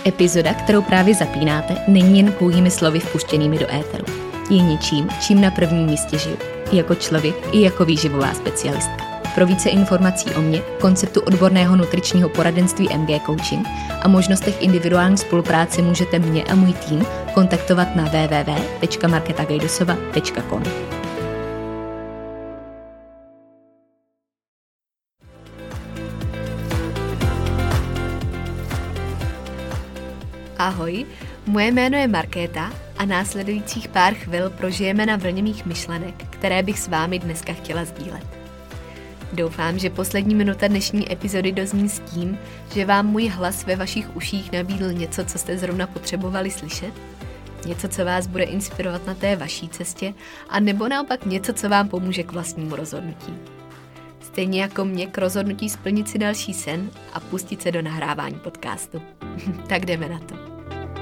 Epizoda, kterou právě zapínáte, není jen pouhými slovy vpuštěnými do éteru. Je něčím, čím na prvním místě žiju. I jako člověk, i jako výživová specialistka. Pro více informací o mně, konceptu odborného nutričního poradenství MG Coaching a možnostech individuální spolupráce můžete mě a můj tým kontaktovat na www.marketagajdosova.com. Ahoj, moje jméno je Markéta a následujících pár chvil prožijeme na vlně mých myšlenek, které bych s vámi dneska chtěla sdílet. Doufám, že poslední minuta dnešní epizody dozní s tím, že vám můj hlas ve vašich uších nabídl něco, co jste zrovna potřebovali slyšet, něco, co vás bude inspirovat na té vaší cestě, a nebo naopak něco, co vám pomůže k vlastnímu rozhodnutí. Stejně jako mě k rozhodnutí splnit si další sen a pustit se do nahrávání podcastu. Tak jdeme na to.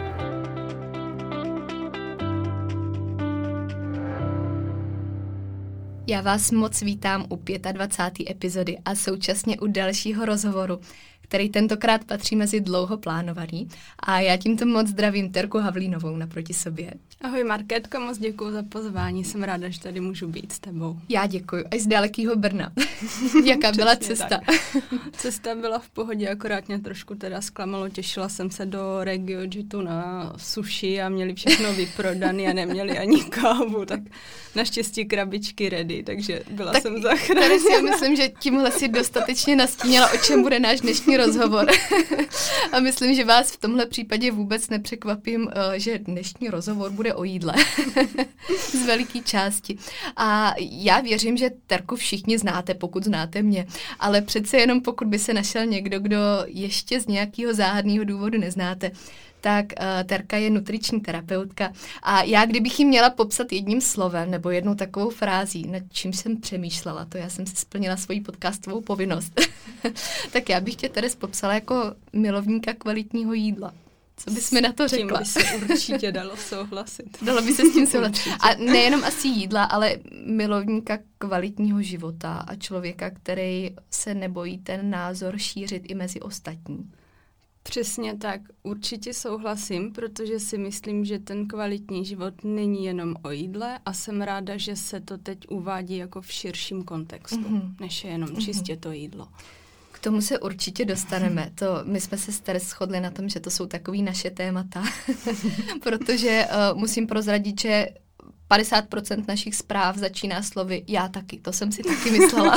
Já vás moc vítám u 25. epizody a současně u dalšího rozhovoru, který tentokrát patří mezi dlouho plánovaný, a já tímto moc zdravím Terku Havlínovou naproti sobě. Ahoj Markétko, moc děkuju za pozvání, jsem ráda, že tady můžu být s tebou. Já děkuju, až z dalekého Brna. Jaká byla cesta? Cesta byla v pohodě, akorát mě trošku teda zklamalo, těšila jsem se do Regiojitu na sushi a měli všechno vyprodané a neměli ani kávu, tak naštěstí krabičky ready, takže byla jsem zachráněna. Tady si myslím, že tímhle si dostatečně nastínila, o čem bude náš dnešní rozhovor. A myslím, že vás v tomhle případě vůbec nepřekvapím, že dnešní rozhovor bude o jídle. Z veliké části. A já věřím, že Terku všichni znáte, pokud znáte mě. Ale přece jenom pokud by se našel někdo, kdo ještě z nějakého záhadného důvodu neznáte, tak Terka je nutriční terapeutka a já, kdybych ji měla popsat jedním slovem nebo jednou takovou frází, nad čím jsem přemýšlela, to já jsem si splnila svoji podcastovou povinnost, tak já bych tě Teres popsala jako milovníka kvalitního jídla. Co bys mi na to řekla? Tím by se určitě dalo souhlasit. Dalo by se s tím souhlasit. A nejenom asi jídla, ale milovníka kvalitního života a člověka, který se nebojí ten názor šířit i mezi ostatní. Přesně tak, určitě souhlasím, protože si myslím, že ten kvalitní život není jenom o jídle a jsem ráda, že se to teď uvádí jako v širším kontextu, než je jenom čistě to jídlo. K tomu se určitě dostaneme. My jsme se shodli na tom, že to jsou takový naše témata, protože musím prozradit, že 50% našich zpráv začíná slovy já taky, to jsem si taky myslela.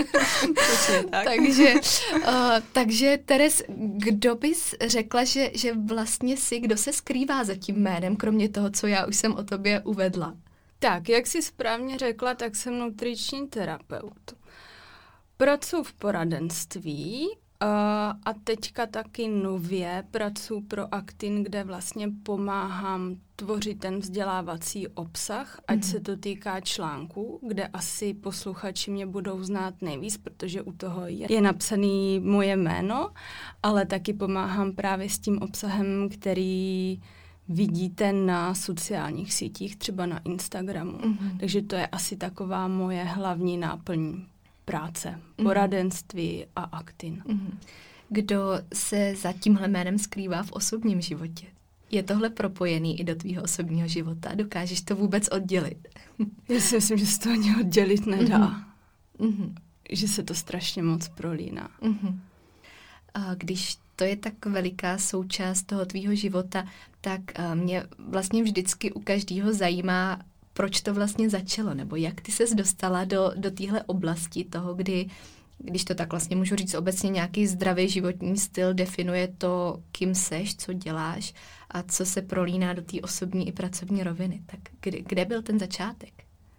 Tak. takže Teres, kdo bys řekla, že vlastně kdo se skrývá za tím jménem, kromě toho, co já už jsem o tobě uvedla? Tak, jak jsi správně řekla, tak jsem nutriční terapeut. Pracuji v poradenství a teďka taky nově pracuji pro Actin, kde vlastně pomáhám tvořit ten vzdělávací obsah, ať se to týká článků, kde asi posluchači mě budou znát nejvíc, protože u toho je napsaný moje jméno, ale taky pomáhám právě s tím obsahem, který vidíte na sociálních sítích, třeba na Instagramu. Takže to je asi taková moje hlavní náplň práce, poradenství a Actin. Kdo se za tímhle jménem skrývá v osobním životě? Je tohle propojený i do tvýho osobního života? Dokážeš to vůbec oddělit? Já si myslím, že se to ani oddělit nedá. Že se to strašně moc prolíná. A když to je tak veliká součást toho tvýho života, tak mě vlastně vždycky u každého zajímá, proč to vlastně začalo, nebo jak ty ses dostala do téhle oblasti toho, když to tak vlastně můžu říct obecně, nějaký zdravý životní styl definuje to, kým seš, co děláš a co se prolíná do té osobní i pracovní roviny. Tak kde byl ten začátek?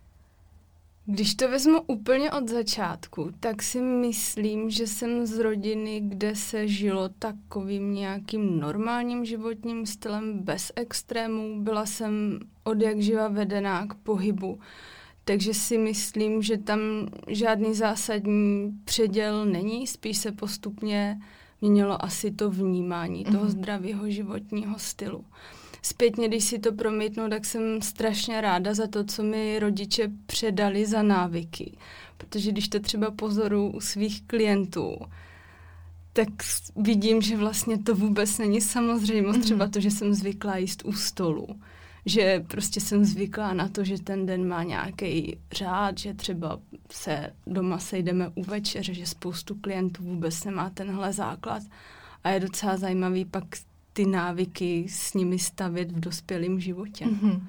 Když to vezmu úplně od začátku, tak si myslím, že jsem z rodiny, kde se žilo takovým nějakým normálním životním stylem bez extrémů. Byla jsem odjakživa vedená k pohybu, takže si myslím, že tam žádný zásadní předěl není, spíš se postupně měnilo asi to vnímání toho zdravého životního stylu. Zpětně, když si to promítnu, tak jsem strašně ráda za to, co mi rodiče předali za návyky. Protože když to třeba pozoruju u svých klientů, tak vidím, že vlastně to vůbec není samozřejmost. Třeba to, že jsem zvyklá jíst u stolu. Že prostě jsem zvyklá na to, že ten den má nějaký řád, že třeba se doma sejdeme u večeře, že spoustu klientů vůbec nemá tenhle základ. A je docela zajímavý pak ty návyky s nimi stavět v dospělém životě.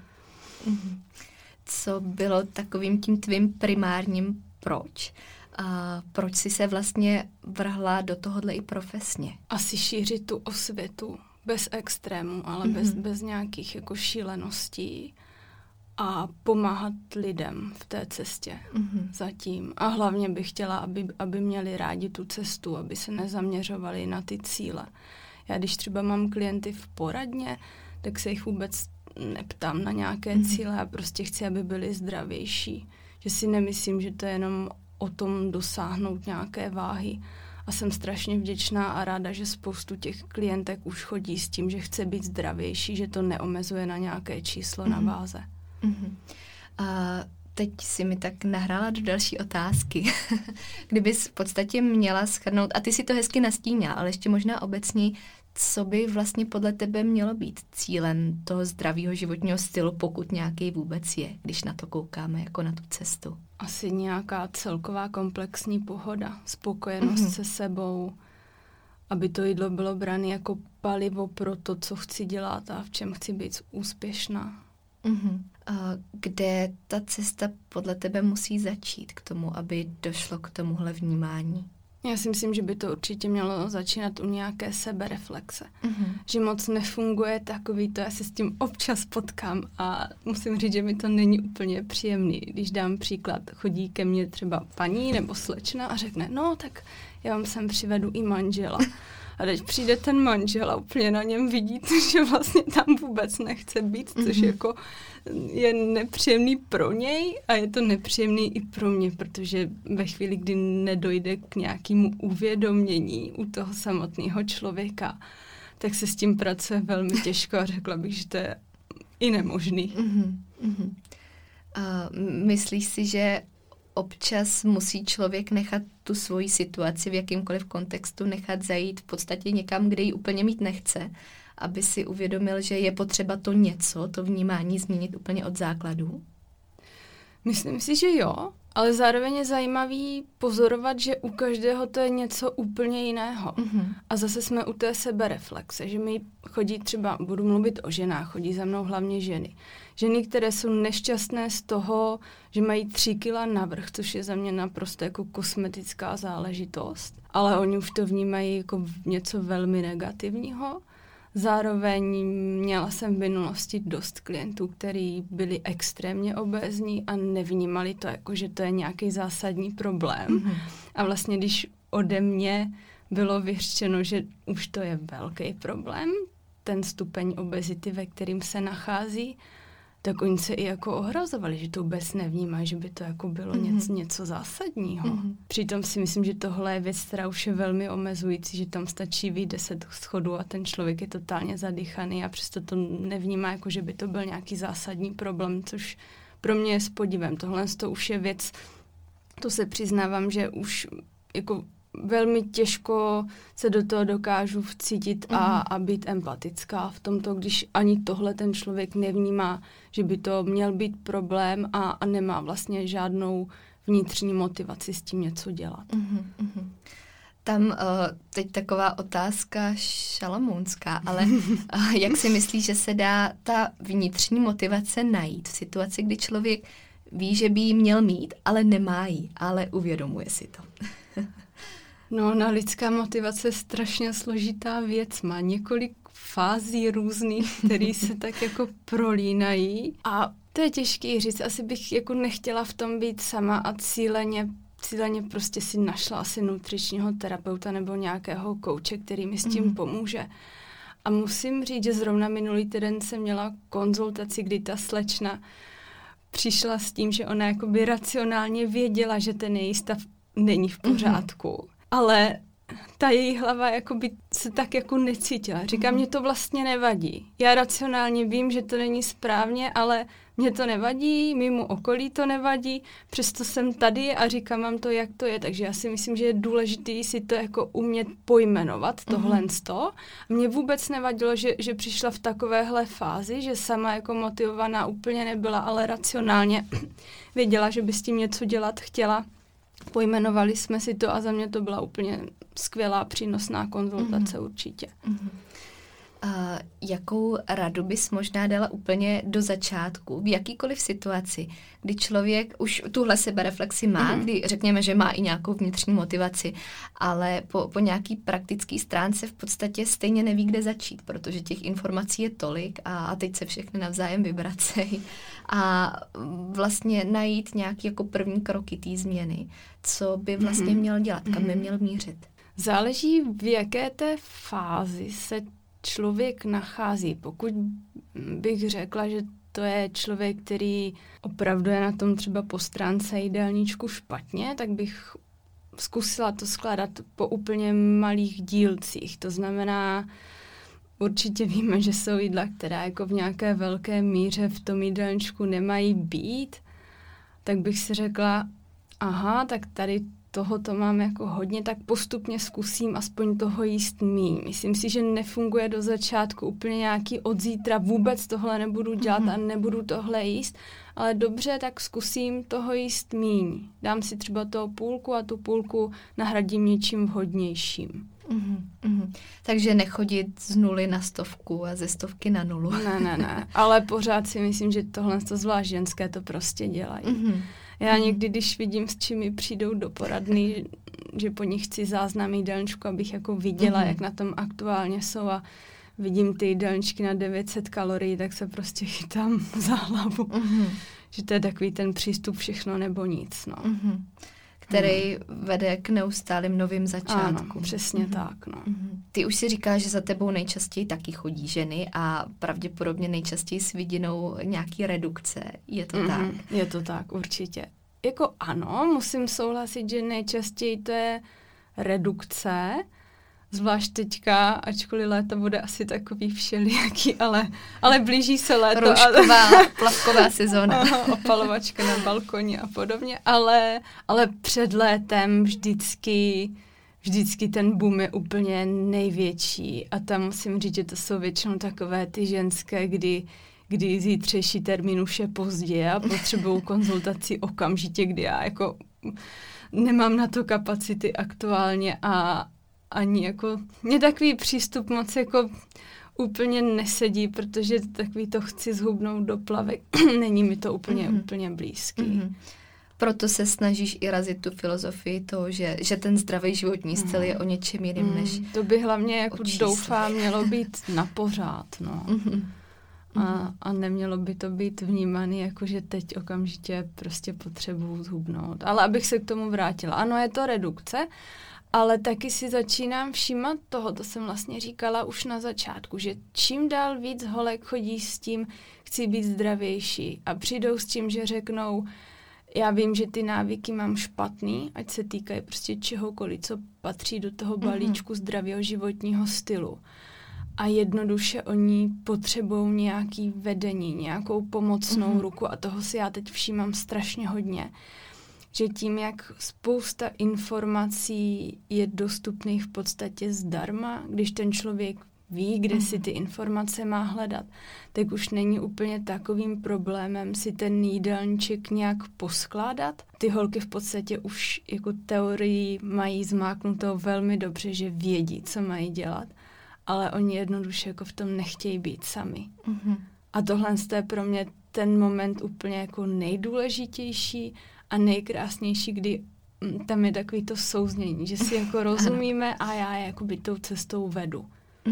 Co bylo takovým tím tvým primárním proč? A proč jsi se vlastně vrhla do tohohle i profesně? Asi šířit tu osvětu. Bez extrému, ale bez nějakých jako šíleností a pomáhat lidem v té cestě zatím. A hlavně bych chtěla, aby měli rádi tu cestu, aby se nezaměřovali na ty cíle. Já když třeba mám klienty v poradně, tak se jich vůbec neptám na nějaké cíle a prostě chci, aby byli zdravější. Že si nemyslím, že to je jenom o tom dosáhnout nějaké váhy. A jsem strašně vděčná a ráda, že spoustu těch klientek už chodí s tím, že chce být zdravější, že to neomezuje na nějaké číslo na váze. A teď si mi tak nahrála do další otázky. Kdybys v podstatě měla shrnout, a ty si to hezky nastínila, ale ještě možná obecně, co by vlastně podle tebe mělo být cílem toho zdravého životního stylu, pokud nějaký vůbec je, když na to koukáme jako na tu cestu? Asi nějaká celková komplexní pohoda, spokojenost se sebou, aby to jídlo bylo brané jako palivo pro to, co chci dělat a v čem chci být úspěšná. A kde ta cesta podle tebe musí začít k tomu, aby došlo k tomuhle vnímání? Já si myslím, že by to určitě mělo začínat u nějaké sebereflexe. Že moc nefunguje takový to, já se s tím občas potkám a musím říct, že mi to není úplně příjemný. Když dám příklad, chodí ke mně třeba paní nebo slečna a řekne, no tak já vám sem přivedu i manžela. A teď přijde ten manžel a úplně na něm vidíte, že vlastně tam vůbec nechce být, což jako je nepříjemný pro něj a je to nepříjemný i pro mě, protože ve chvíli, kdy nedojde k nějakému uvědomění u toho samotného člověka, tak se s tím pracuje velmi těžko a řekla bych, že to je i nemožný. Myslíš si, že občas musí člověk nechat tu svoji situaci v jakýmkoliv kontextu nechat zajít v podstatě někam, kde ji úplně mít nechce, aby si uvědomil, že je potřeba to vnímání změnit úplně od základů? Myslím si, že jo, ale zároveň je zajímavý pozorovat, že u každého to je něco úplně jiného. A zase jsme u té sebereflexe, že mi chodí třeba, budu mluvit o ženách, chodí za mnou hlavně ženy. Ženy, které jsou nešťastné z toho, že mají 3 kila navrch, což je za mě naprosto jako kosmetická záležitost, ale oni už to vnímají jako něco velmi negativního. Zároveň měla jsem v minulosti dost klientů, kteří byli extrémně obézní a nevnímali to jako, že to je nějaký zásadní problém. A vlastně, když ode mě bylo vyřčeno, že už to je velký problém, ten stupeň obezity, ve kterým se nachází, tak oni se i jako ohrazovali, že to vůbec nevnímají, že by to jako bylo něco zásadního. Přitom si myslím, že tohle je věc, která už je velmi omezující, že tam stačí vyjít 10 schodů a ten člověk je totálně zadychaný a přesto to nevnímá, jako že by to byl nějaký zásadní problém, což pro mě je s podivem. Tohle to už je věc, to se přiznávám, že už jako velmi těžko se do toho dokážu vcítit a být empatická v tomto, když ani tohle ten člověk nevnímá, že by to měl být problém a nemá vlastně žádnou vnitřní motivaci s tím něco dělat. Tam teď taková otázka šalamounská, ale jak si myslíš, že se dá ta vnitřní motivace najít v situaci, kdy člověk ví, že by ji měl mít, ale nemá ji, ale uvědomuje si to? No, na lidská motivace je strašně složitá věc. Má několik fází různých, které se tak jako prolínají. A to je těžký říct. Asi bych jako nechtěla v tom být sama a cíleně prostě si našla asi nutričního terapeuta nebo nějakého kouče, který mi s tím pomůže. A musím říct, že zrovna minulý týden jsem měla konzultaci, kdy ta slečna přišla s tím, že ona jakoby racionálně věděla, že ten její stav není v pořádku. Ale ta její hlava jakoby se tak jako necítila. Říká, mě to vlastně nevadí. Já racionálně vím, že to není správně, ale Mně to nevadí, mému okolí to nevadí, přesto jsem tady a říkám vám to, jak to je. Takže já si myslím, že je důležité si to jako umět pojmenovat, tohlensto. Mně vůbec nevadilo, že přišla v takovéhle fázi, že sama jako motivovaná úplně nebyla, ale racionálně věděla, že by s tím něco dělat chtěla. Pojmenovali jsme si to a za mě to byla úplně skvělá, přínosná konzultace určitě. Jakou radu bys možná dala úplně do začátku, v jakýkoliv situaci, kdy člověk už tuhle sebereflexi má, kdy řekněme, že má i nějakou vnitřní motivaci, ale po nějaký praktický stránce v podstatě stejně neví, kde začít, protože těch informací je tolik a teď se všechny navzájem vybracejí a vlastně najít nějaký jako první kroky té změny, co by vlastně měl dělat, kam by měl mířit. Záleží, v jaké té fázi se člověk nachází. Pokud bych řekla, že to je člověk, který opravdu je na tom třeba po stránce jídelníčku špatně, tak bych zkusila to skládat po úplně malých dílcích. To znamená, určitě víme, že jsou jídla, která jako v nějaké velké míře v tom jídelníčku nemají být, tak bych si řekla, aha, tak tady tohoto mám jako hodně, tak postupně zkusím aspoň toho jíst míň. Myslím si, že nefunguje do začátku úplně nějaký od zítra, vůbec tohle nebudu dělat a nebudu tohle jíst, ale dobře, tak zkusím toho jíst míň. Dám si třeba toho půlku a tu půlku nahradím něčím vhodnějším. Takže nechodit z 0 na 100 a ze 100 na 0. Ne, ale pořád si myslím, že tohle zvlášť ženské to prostě dělají. Já někdy, když vidím, s čím mi přijdou do poradny, že po nich chci záznam jídelníčku, abych jako viděla, jak na tom aktuálně jsou a vidím ty jídelníčky na 900 kalorií, tak se prostě chytám za hlavu. Že to je takový ten přístup všechno nebo nic, no. Který vede k neustálým novým začátkům. Ano, přesně tak, no. Ty už si říkáš, že za tebou nejčastěji taky chodí ženy a pravděpodobně nejčastěji s vidinou nějaký redukce. Je to tak? Je to tak, určitě. Jako ano, musím souhlasit, že nejčastěji to je redukce, zvlášť teďka, ačkoliv léto bude asi takový všelijaký, ale blíží se léto. Roušková, plavková sezóna. Opalovačka na balkoně a podobně, ale před létem vždycky ten boom je úplně největší a tam musím říct, že to jsou většinou takové ty ženské, kdy zítřejší termín už je pozdě a potřebují konzultaci okamžitě, kdy já jako nemám na to kapacity aktuálně a ani jako, mě takový přístup moc jako úplně nesedí, protože takový to chci zhubnout do plavek, není mi to úplně blízký. Proto se snažíš i razit tu filozofii toho, že ten zdravý životní styl je o něčem jiným než to by hlavně, jako doufám, mělo být na pořád, no. A nemělo by to být vnímaný, jako že teď okamžitě prostě potřebuju zhubnout. Ale abych se k tomu vrátila. Ano, je to redukce, ale taky si začínám všímat toho, to jsem vlastně říkala už na začátku, že čím dál víc holek chodí s tím, chci být zdravější a přijdou s tím, že řeknou, já vím, že ty návyky mám špatný, ať se týkají prostě čehokoliv, co patří do toho balíčku zdravého životního stylu. A jednoduše oni potřebují nějaký vedení, nějakou pomocnou ruku a toho si já teď všímám strašně hodně. Že tím, jak spousta informací je dostupných v podstatě zdarma, když ten člověk ví, kde si ty informace má hledat, tak už není úplně takovým problémem si ten jídelníček nějak poskládat. Ty holky v podstatě už jako teorii mají zmáknutou velmi dobře, že vědí, co mají dělat, ale oni jednoduše jako v tom nechtějí být sami. A tohle je pro mě ten moment úplně jako nejdůležitější a nejkrásnější, kdy tam je takový to souznění, že si jako rozumíme a já je jakoby tou cestou vedu.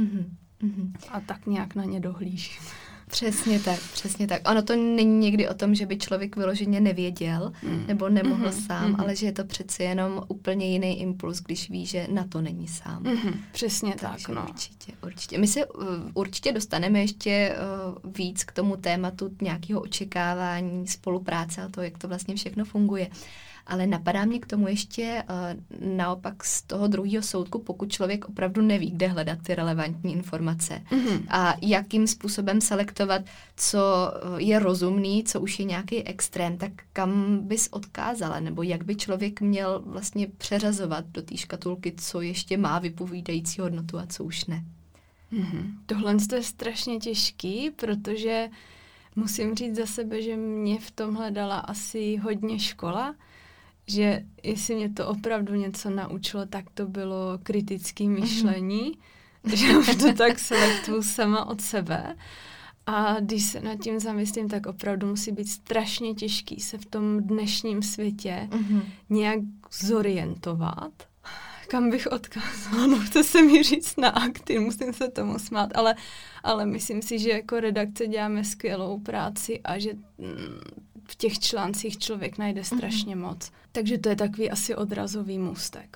A tak nějak na ně dohlížím. Přesně tak. Ono to není někdy o tom, že by člověk vyloženě nevěděl nebo nemohl sám, ale že je to přece jenom úplně jiný impuls, když ví, že na to není sám. Přesně tak, no. Určitě. My se určitě dostaneme ještě víc k tomu tématu nějakého očekávání, spolupráce a to, jak to vlastně všechno funguje. Ale napadá mě k tomu ještě naopak z toho druhého soudku, pokud člověk opravdu neví, kde hledat ty relevantní informace a jakým způsobem selektovat, co je rozumný, co už je nějaký extrém, tak kam bys odkázala, nebo jak by člověk měl vlastně přeřazovat do té škatulky, co ještě má vypovídající hodnotu a co už ne. Tohle je strašně těžký, protože musím říct za sebe, že mě v tomhle dala asi hodně škola, že jestli mě to opravdu něco naučilo, tak to bylo kritické myšlení, že už to tak selektuju sama od sebe. A když se nad tím zamyslím, tak opravdu musí být strašně těžký se v tom dnešním světě nějak zorientovat. Kam bych odkázala? No, chce se mi říct na Aktin, musím se tomu smát, ale myslím si, že jako redakce děláme skvělou práci a že v těch článcích člověk najde strašně moc. Takže to je takový asi odrazový můstek.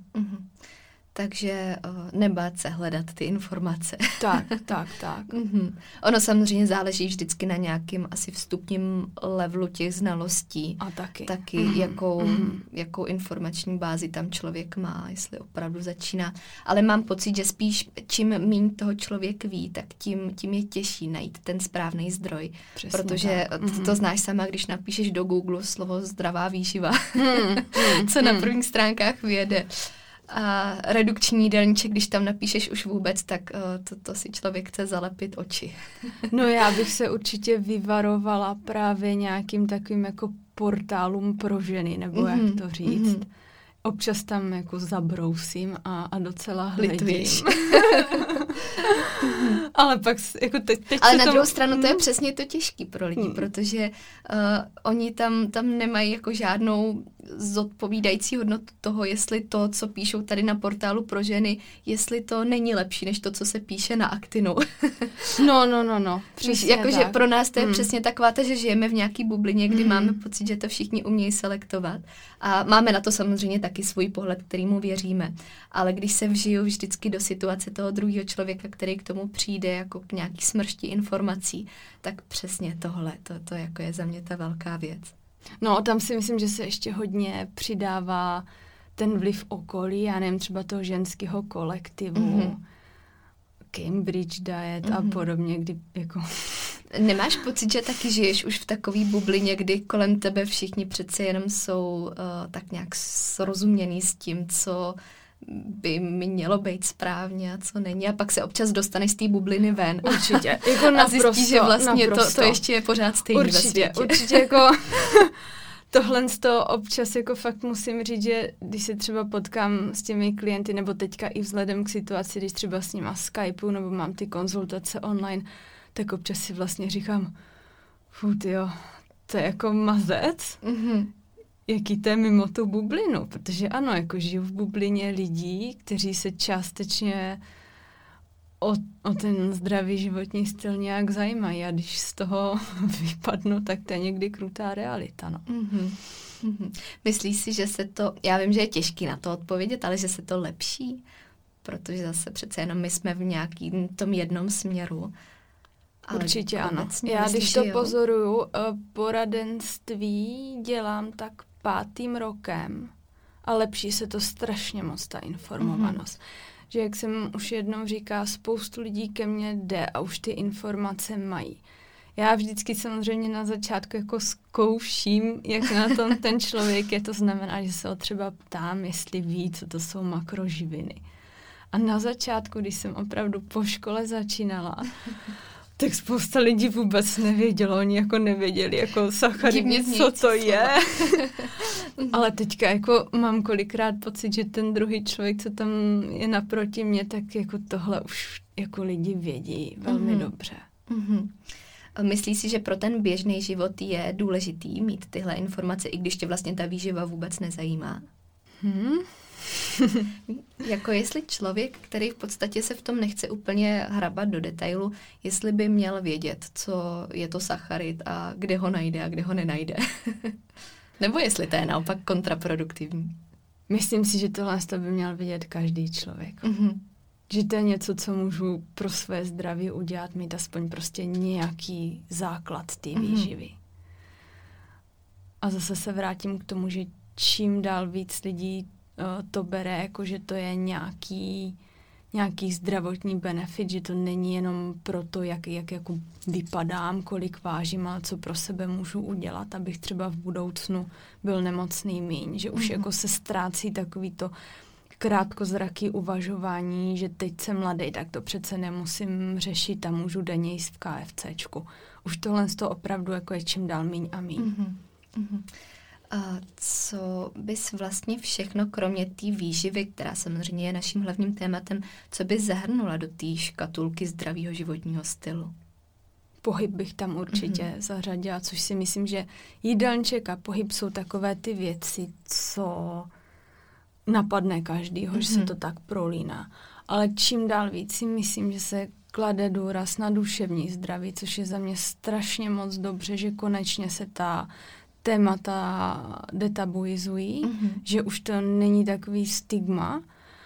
Takže nebát se hledat ty informace. Tak. Ono samozřejmě záleží vždycky na nějakým asi vstupním levelu těch znalostí. A taky. Jakou informační bázi tam člověk má, jestli opravdu začíná. Ale mám pocit, že spíš čím míň toho člověk ví, tak tím je těžší najít ten správný zdroj. Přesně protože to znáš sama, když napíšeš do Google slovo zdravá výživa, co na prvních stránkách vyjede. A redukční jídelníček, když tam napíšeš už vůbec, tak to si člověk chce zalepit oči. No já bych se určitě vyvarovala právě nějakým takovým jako portálům pro ženy, nebo jak to říct. Občas tam jako zabrousím a docela hledím. Ale pak jako teď ale na druhou stranu to je přesně to těžký pro lidi, protože oni tam nemají jako žádnou zodpovídající hodnotu toho, jestli to, co píšou tady na portálu pro ženy, jestli to není lepší, než to, co se píše na Aktinu. No. Jakože pro nás to je přesně taková, že žijeme v nějaký bublině, kdy máme pocit, že to všichni umějí selektovat. A máme na to samozřejmě taky svůj pohled, kterýmu věříme. Ale když se vžiju vždycky do situace toho druhého člověka, který k tomu přijde jako k nějaký smršti informací, tak přesně tohle, to jako je za mě ta velká věc. No, tam si myslím, že se ještě hodně přidává ten vliv okolí, já nevím, třeba toho ženského kolektivu, Cambridge Diet a podobně, kdy jako... Nemáš pocit, že taky žiješ už v takový bublině, kdy kolem tebe všichni přece jenom jsou tak nějak srozuměný s tím, co by mělo být správně a co není. A pak se občas dostaneš z té bubliny ven. Určitě. Jako a zjistíš, že vlastně to ještě je pořád stejný ve světě. Určitě jako tohle z toho občas jako fakt musím říct, že když se třeba potkám s těmi klienty, nebo teďka i vzhledem k situaci, když třeba s nima Skypeu, nebo mám ty konzultace online, tak občas si vlastně říkám, tyjo, to je jako mazec, jaký to je mimo tu bublinu, protože ano, jako žiju v bublině lidí, kteří se částečně o ten zdravý životní styl nějak zajímají a když z toho vypadnu, tak to je někdy krutá realita, no. Myslíš si, že se to, já vím, že je těžký na to odpovědět, ale že se to lepší? Protože zase přece jenom my jsme v nějakým tom jednom směru. Určitě ano. Já když to pozoruju, poradenství dělám tak 5. rokem a lepší se to strašně moc, ta informovanost. Že jak jsem už jednou říká, spoustu lidí ke mně jde a už ty informace mají. Já vždycky samozřejmě na začátku jako zkouším, jak na tom ten člověk je, to znamená, že se ho třeba ptám, jestli ví, co to jsou makroživiny. A na začátku, když jsem opravdu po škole začínala, tak spousta lidí vůbec nevědělo, oni jako nevěděli jako sacharidy, co to je. Ale teďka jako mám kolikrát pocit, že ten druhý člověk, co tam je naproti mě, tak jako tohle už jako lidi vědí velmi dobře. Myslíš si, že pro ten běžný život je důležitý mít tyhle informace, i když tě vlastně ta výživa vůbec nezajímá? Jako jestli člověk, který v podstatě se v tom nechce úplně hrabat do detailu, jestli by měl vědět, co je to sacharid a kde ho najde a kde ho nenajde. Nebo jestli to je naopak kontraproduktivní. Myslím si, že tohle by měl vědět každý člověk. Že to je něco, co můžu pro své zdraví udělat, mít aspoň prostě nějaký základ té výživy. A zase se vrátím k tomu, že čím dál víc lidí to bere, jako že to je nějaký zdravotní benefit, že to není jenom pro to, jak jako vypadám, kolik vážím, ale co pro sebe můžu udělat, abych třeba v budoucnu byl nemocný míň, že už jako se ztrácí takový to krátkozraký uvažování, že teď jsem mladý, tak to přece nemusím řešit a můžu denně jíst v KFCčku. Už tohle z toho opravdu jako je čím dál míň a míň. A co bys vlastně všechno, kromě té výživy, která samozřejmě je naším hlavním tématem, co bys zahrnula do té škatulky zdravého životního stylu? Pohyb bych tam určitě zařadila, což si myslím, že jídelníček a pohyb jsou takové ty věci, co napadne každýho, že se to tak prolíná. Ale čím dál víc si myslím, že se klade důraz na duševní zdraví, což je za mě strašně moc dobře, že konečně se ta témata detabuizují, že už to není takový stigma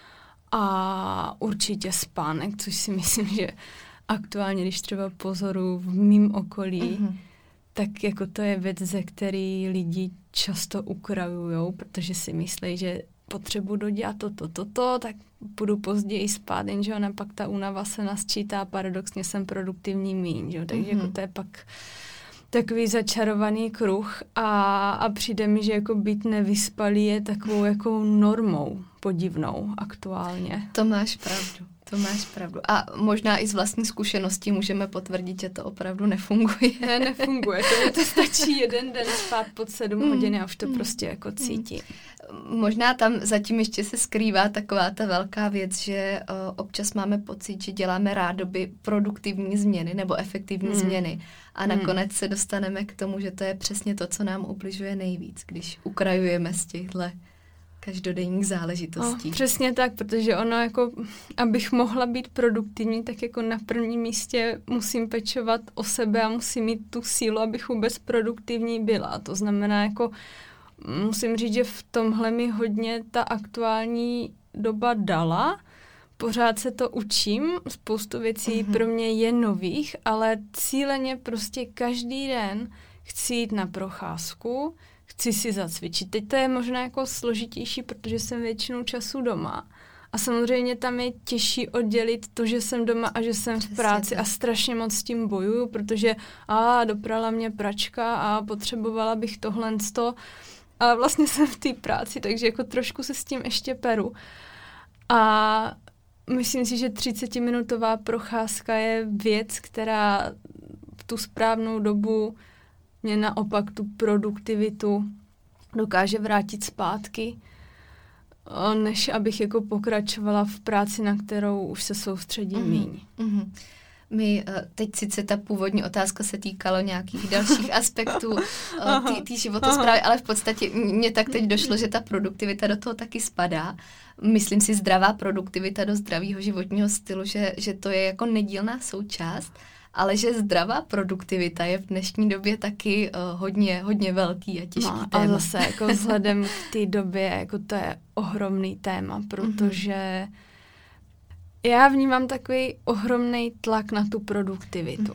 a určitě spánek, což si myslím, že aktuálně, když třeba pozoruju v mým okolí, tak jako to je věc, ze který lidi často ukrajujou, protože si myslí, že potřebuji dodělat toto, tak budu později spát, jenže ona pak ta únava se nasčítá, paradoxně jsem produktivní míň, že? Takže jako to je pak takový začarovaný kruh a přijde mi, že jako být nevyspalý je takovou jako normou podivnou aktuálně. To máš pravdu. A možná i z vlastní zkušenosti můžeme potvrdit, že to opravdu nefunguje. Nefunguje. To stačí jeden den spát pod 7 hodin a už to prostě jako cítím. Možná tam zatím ještě se skrývá taková ta velká věc, že občas máme pocit, že děláme rádoby produktivní změny nebo efektivní změny a nakonec se dostaneme k tomu, že to je přesně to, co nám ubližuje nejvíc, když ukrajujeme z těchto každodenních záležitostí. Přesně tak, protože ono jako, abych mohla být produktivní, tak jako na prvním místě musím pečovat o sebe a musím mít tu sílu, abych vůbec produktivní byla. To znamená jako, musím říct, že v tomhle mi hodně ta aktuální doba dala. Pořád se to učím, spoustu věcí pro mě je nových, ale cíleně prostě každý den chci jít na procházku, chci si zacvičit. Teď to je možná jako složitější, protože jsem většinou času doma. A samozřejmě tam je těžší oddělit to, že jsem doma a že jsem v práci a strašně moc s tím bojuju, protože doprala mě pračka a potřebovala bych tohle ale vlastně jsem v té práci, takže jako trošku se s tím ještě peru. A myslím si, že 30-minutová procházka je věc, která v tu správnou dobu mě naopak tu produktivitu dokáže vrátit zpátky, než abych jako pokračovala v práci, na kterou už se soustředím míň. My teď sice ta původní otázka se týkalo nějakých dalších aspektů té životosprávy, ale v podstatě mně tak teď došlo, že ta produktivita do toho taky spadá. Myslím si, zdravá produktivita do zdravého životního stylu, že to je jako nedílná součást, ale že zdravá produktivita je v dnešní době taky hodně velký a těžký téma. A zase jako vzhledem k té době, jako to je ohromný téma, protože já vnímám takový ohromný tlak na tu produktivitu.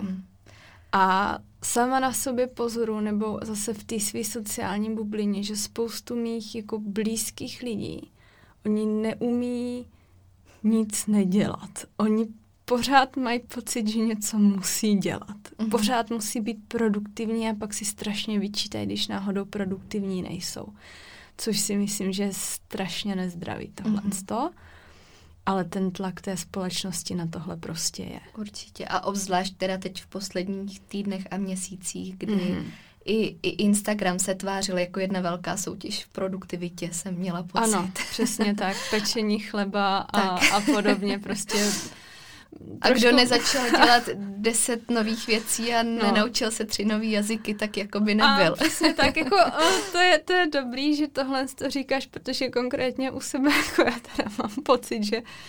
A sama na sobě pozoru, nebo zase v té své sociální bublině, že spoustu mých jako blízkých lidí, oni neumí nic nedělat. Oni pořád mají pocit, že něco musí dělat. Pořád musí být produktivní a pak si strašně vyčítají, když náhodou produktivní nejsou. Což si myslím, že je strašně nezdravý tohle. Ale ten tlak té společnosti na tohle prostě je. Určitě. A obzvlášť teda teď v posledních týdnech a měsících, kdy i Instagram se tvářil jako jedna velká soutěž v produktivitě, jsem měla pocit. Ano, přesně tak. Pečení chleba a podobně prostě. A kdo nezačal dělat 10 nových věcí a nenaučil se 3 nový jazyky, tak jako by nebyl. A přesně tak, jako to je dobrý, že tohle to říkáš, protože konkrétně u sebe jako já teda mám pocit,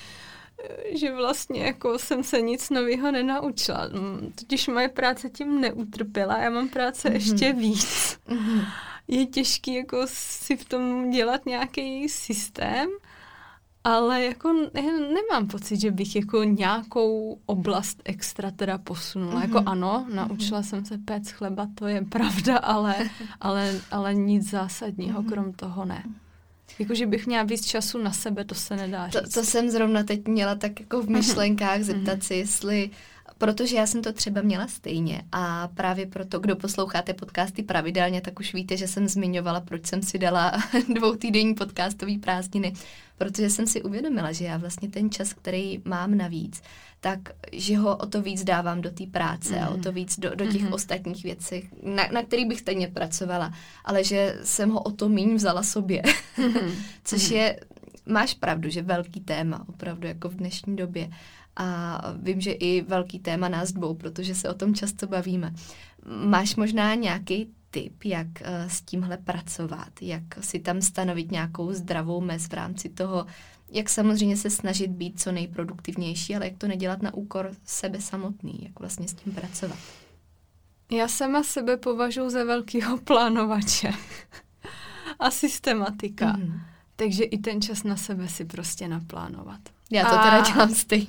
že vlastně jako jsem se nic nového nenaučila. Totiž moje práce tím neutrpěla, já mám práce ještě víc. Je těžký jako si v tom dělat nějaký systém Ale jako nemám pocit, že bych jako nějakou oblast extra teda posunula. Jako ano, naučila jsem se péct chleba, to je pravda, ale nic zásadního krom toho ne. Jako, že bych měla víc času na sebe, to se nedá říct. To jsem zrovna teď měla tak jako v myšlenkách zeptat si, jestli, protože já jsem to třeba měla stejně a právě proto, kdo posloucháte podcasty pravidelně, tak už víte, že jsem zmiňovala, proč jsem si dala 2týdenní podcastový prázdniny, protože jsem si uvědomila, že já vlastně ten čas, který mám navíc, tak že ho o to víc dávám do té práce a o to víc do těch ostatních věcí, na kterých bych stejně pracovala, ale že jsem ho o to míň vzala sobě. Což je, máš pravdu, že velký téma opravdu jako v dnešní době. A vím, že i velký téma nás dvou, protože se o tom často bavíme. Máš možná nějaký tip, jak s tímhle pracovat, jak si tam stanovit nějakou zdravou mez v rámci toho, jak samozřejmě se snažit být co nejproduktivnější, ale jak to nedělat na úkor sebe samotný, jak vlastně s tím pracovat? Já sama sebe považuji za velkýho plánovače a systematika. Takže i ten čas na sebe si prostě naplánovat. Já to teda dělám stejně.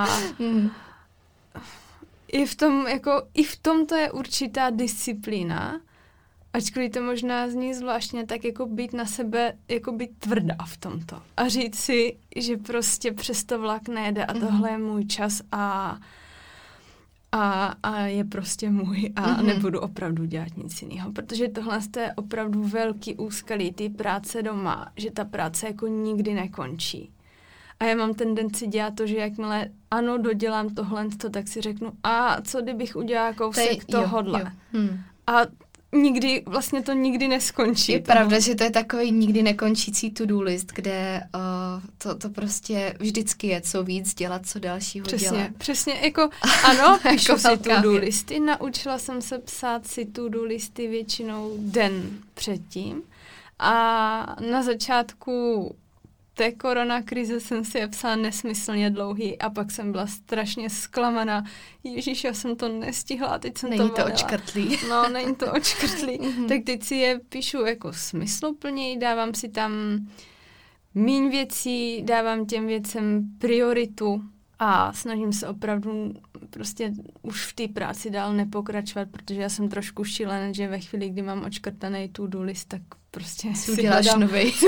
I v tom to je určitá disciplína, ačkoliv to možná zní zvláštně, tak jako být na sebe, jako být tvrdá v tomto. A říct si, že prostě přes to vlak nejde a tohle je můj čas a je prostě můj a nebudu opravdu dělat nic jiného. Protože tohle je opravdu velký úskalí té práce doma, že ta práce jako nikdy nekončí. A já mám tendenci dělat to, že jakmile ano, dodělám tohle, tak si řeknu, a co kdybych udělala kousek tohodle. A nikdy, vlastně to nikdy neskončí. Je pravda, že to je takový nikdy nekončící to-do list, kde to prostě vždycky je co víc dělat, co dalšího dělat. Přesně, jako ano, píšu si to-do listy, naučila jsem se psát si to-do listy většinou den předtím a na začátku té koronakrize jsem si je psala nesmyslně dlouhý a pak jsem byla strašně zklamaná. Ježíš, já jsem to nestihla a teď jsem není to valila. Očkrtlý. No, není to očkrtlý. Tak teď si je píšu jako smysluplněji, dávám si tam míň věcí, dávám těm věcem prioritu a snažím se opravdu prostě už v té práci dál nepokračovat, protože já jsem trošku šílená, že ve chvíli, kdy mám očkrtaný to-do list, tak prostě si udělám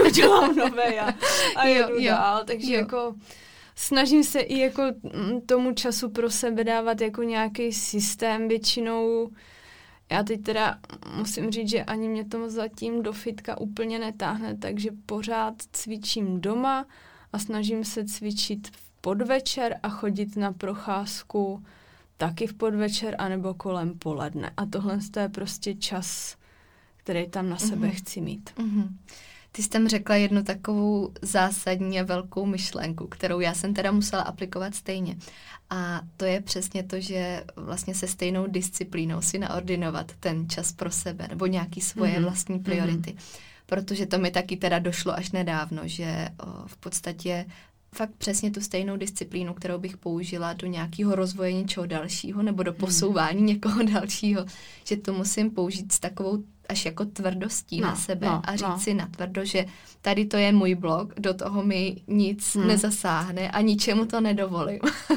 novej a jedu dál, takže jako snažím se i jako tomu času pro sebe dávat jako nějaký systém většinou. Já teď teda musím říct, že ani mě to zatím do fitka úplně netáhne, takže pořád cvičím doma a snažím se cvičit v podvečer a chodit na procházku taky v podvečer anebo kolem poledne. A tohle je prostě čas, který tam na sebe chci mít. Ty jsi tam řekla jednu takovou zásadní a velkou myšlenku, kterou já jsem teda musela aplikovat stejně. A to je přesně to, že vlastně se stejnou disciplínou si naordinovat ten čas pro sebe nebo nějaký svoje vlastní priority. Protože to mi taky teda došlo až nedávno, že v podstatě fakt přesně tu stejnou disciplínu, kterou bych použila do nějakého rozvoje něčeho dalšího nebo do posouvání někoho dalšího, že to musím použít s takovou až jako tvrdostí na sebe a říct si natvrdo, že tady to je můj blok, do toho mi nic nezasáhne a ničemu to nedovolím.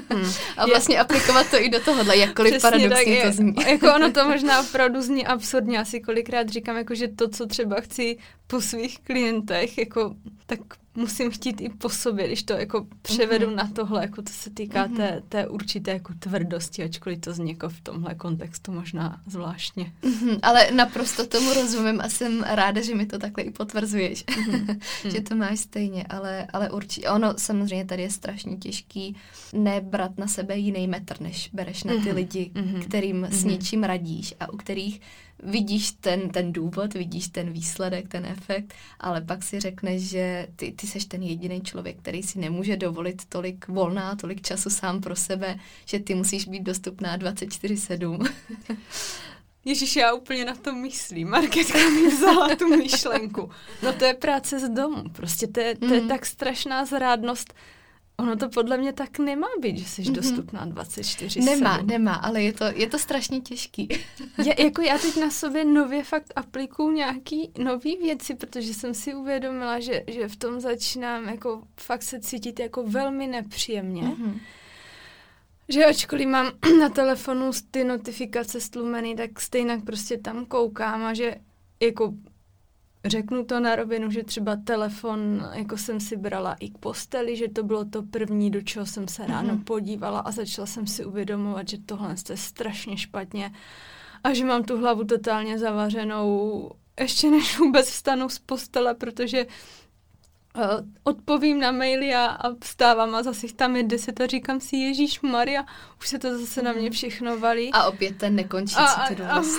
A vlastně aplikovat to i do tohohle, jakkoliv paradoxně to zní. Jako ono to možná opravdu zní absurdně, asi kolikrát říkám, jako, že to, co třeba chci po svých klientech, jako, tak musím chtít i po sobě, když to jako převedu na tohle, jako to se týká té určité jako tvrdosti, ačkoliv to zní jako v tomhle kontextu možná zvláštně. Ale naprosto tomu rozumím a jsem ráda, že mi to takhle i potvrzuješ, že to máš stejně, ale určitě, ono samozřejmě tady je strašně těžký nebrat na sebe jiný metr, než bereš na ty lidi, kterým s něčím radíš a u kterých vidíš ten důvod, vidíš ten výsledek, ten efekt, ale pak si řekneš, že ty seš ten jediný člověk, který si nemůže dovolit tolik volna, tolik času sám pro sebe, že ty musíš být dostupná 24/7. Ježíš, já úplně na to myslím. Marketka mi vzala tu myšlenku. No to je práce z domu. Prostě to je tak strašná zrádnost ono to podle mě tak nemá být, že jsi dostupná 24/7. Nemá, ale je to strašně těžký. Jako já teď na sobě nově fakt aplikuju nějaký nový věci, protože jsem si uvědomila, že v tom začínám jako fakt se cítit jako velmi nepříjemně. Že ačkoliv mám na telefonu ty notifikace stlumený, tak stejně prostě tam koukám a že jako řeknu to na rovinu, že třeba telefon jako jsem si brala i k posteli, že to bylo to první, do čeho jsem se ráno podívala a začala jsem si uvědomovat, že tohle je strašně špatně a že mám tu hlavu totálně zavařenou ještě než vůbec vstanu z postele, protože odpovím na maily a vstávám a zase tam je 10 a říkám si Ježíšmarja, už se to zase na mě všechno valí. A opět ten nekončící trudovost.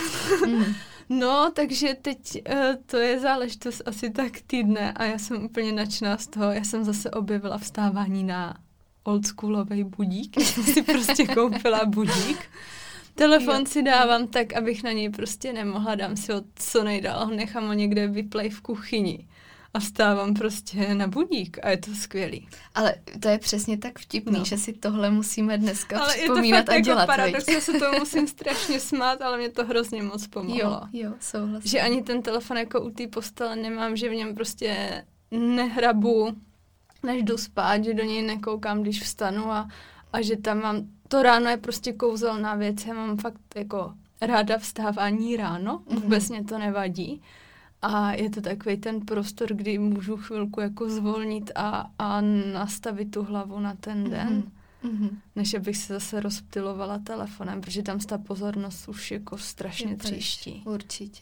No, takže teď to je záležitost asi tak týdne a já jsem úplně nadšená z toho. Já jsem zase objevila vstávání na oldschoolovej budík. Já jsem si prostě koupila budík. Telefon si dávám tak, abych na něj prostě nemohla, dám si ho co nejdál, nechám ho někde vyplej v kuchyni. A vstávám prostě na budík a je to skvělý. Ale to je přesně tak vtipný, že si tohle musíme dneska připomínat a dělat. Ale je to fakt jako paradox, já se tomu musím strašně smát, ale mě to hrozně moc pomohlo. Jo, souhlasím. Že ani ten telefon jako u té postele nemám, že v něm prostě nehrabu, než jdu spát, že do něj nekoukám, když vstanu a že tam mám, to ráno je prostě kouzelná věc, já mám fakt jako ráda vstávání ráno, vůbec mě to nevadí. A je to takový ten prostor, kdy můžu chvilku jako zvolnit a nastavit tu hlavu na ten den, než abych se zase rozptylovala telefonem, protože tam ta pozornost už jako strašně tříští. Určitě.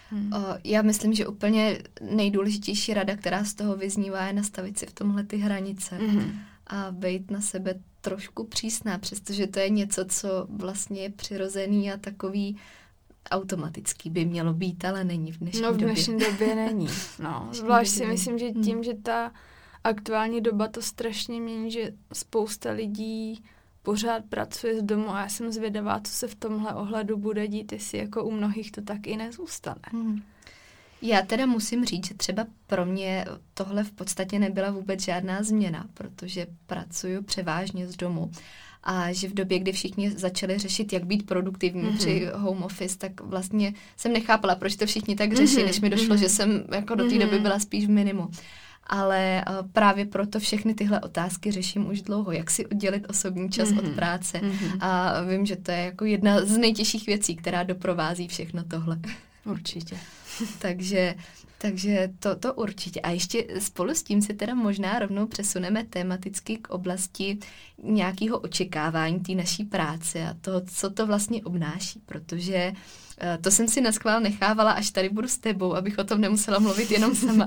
Já myslím, že úplně nejdůležitější rada, která z toho vyznívá, je nastavit si v tomhle ty hranice a být na sebe trošku přísná, přestože to je něco, co vlastně je přirozený a takový automatický by mělo být, ale není v dnešní době. No v dnešní době není. No, zvlášť si myslím, že tím, že ta aktuální doba to strašně mění, že spousta lidí pořád pracuje z domu a já jsem zvědavá, co se v tomhle ohledu bude dít, jestli jako u mnohých to tak i nezůstane. Já teda musím říct, že třeba pro mě tohle v podstatě nebyla vůbec žádná změna, protože pracuju převážně z domu. A že v době, kdy všichni začali řešit, jak být produktivní při home office, tak vlastně jsem nechápala, proč to všichni tak řeší, než mi došlo, že jsem jako do té doby byla spíš v minimu. Ale právě proto všechny tyhle otázky řeším už dlouho, jak si oddělit osobní čas od práce. A vím, že to je jako jedna z nejtěžších věcí, která doprovází všechno tohle. Určitě. Takže to určitě. A ještě spolu s tím se teda možná rovnou přesuneme tematicky k oblasti nějakého očekávání té naší práce a toho, co to vlastně obnáší, protože to jsem si naschvál nechávala, až tady budu s tebou, abych o tom nemusela mluvit jenom sama.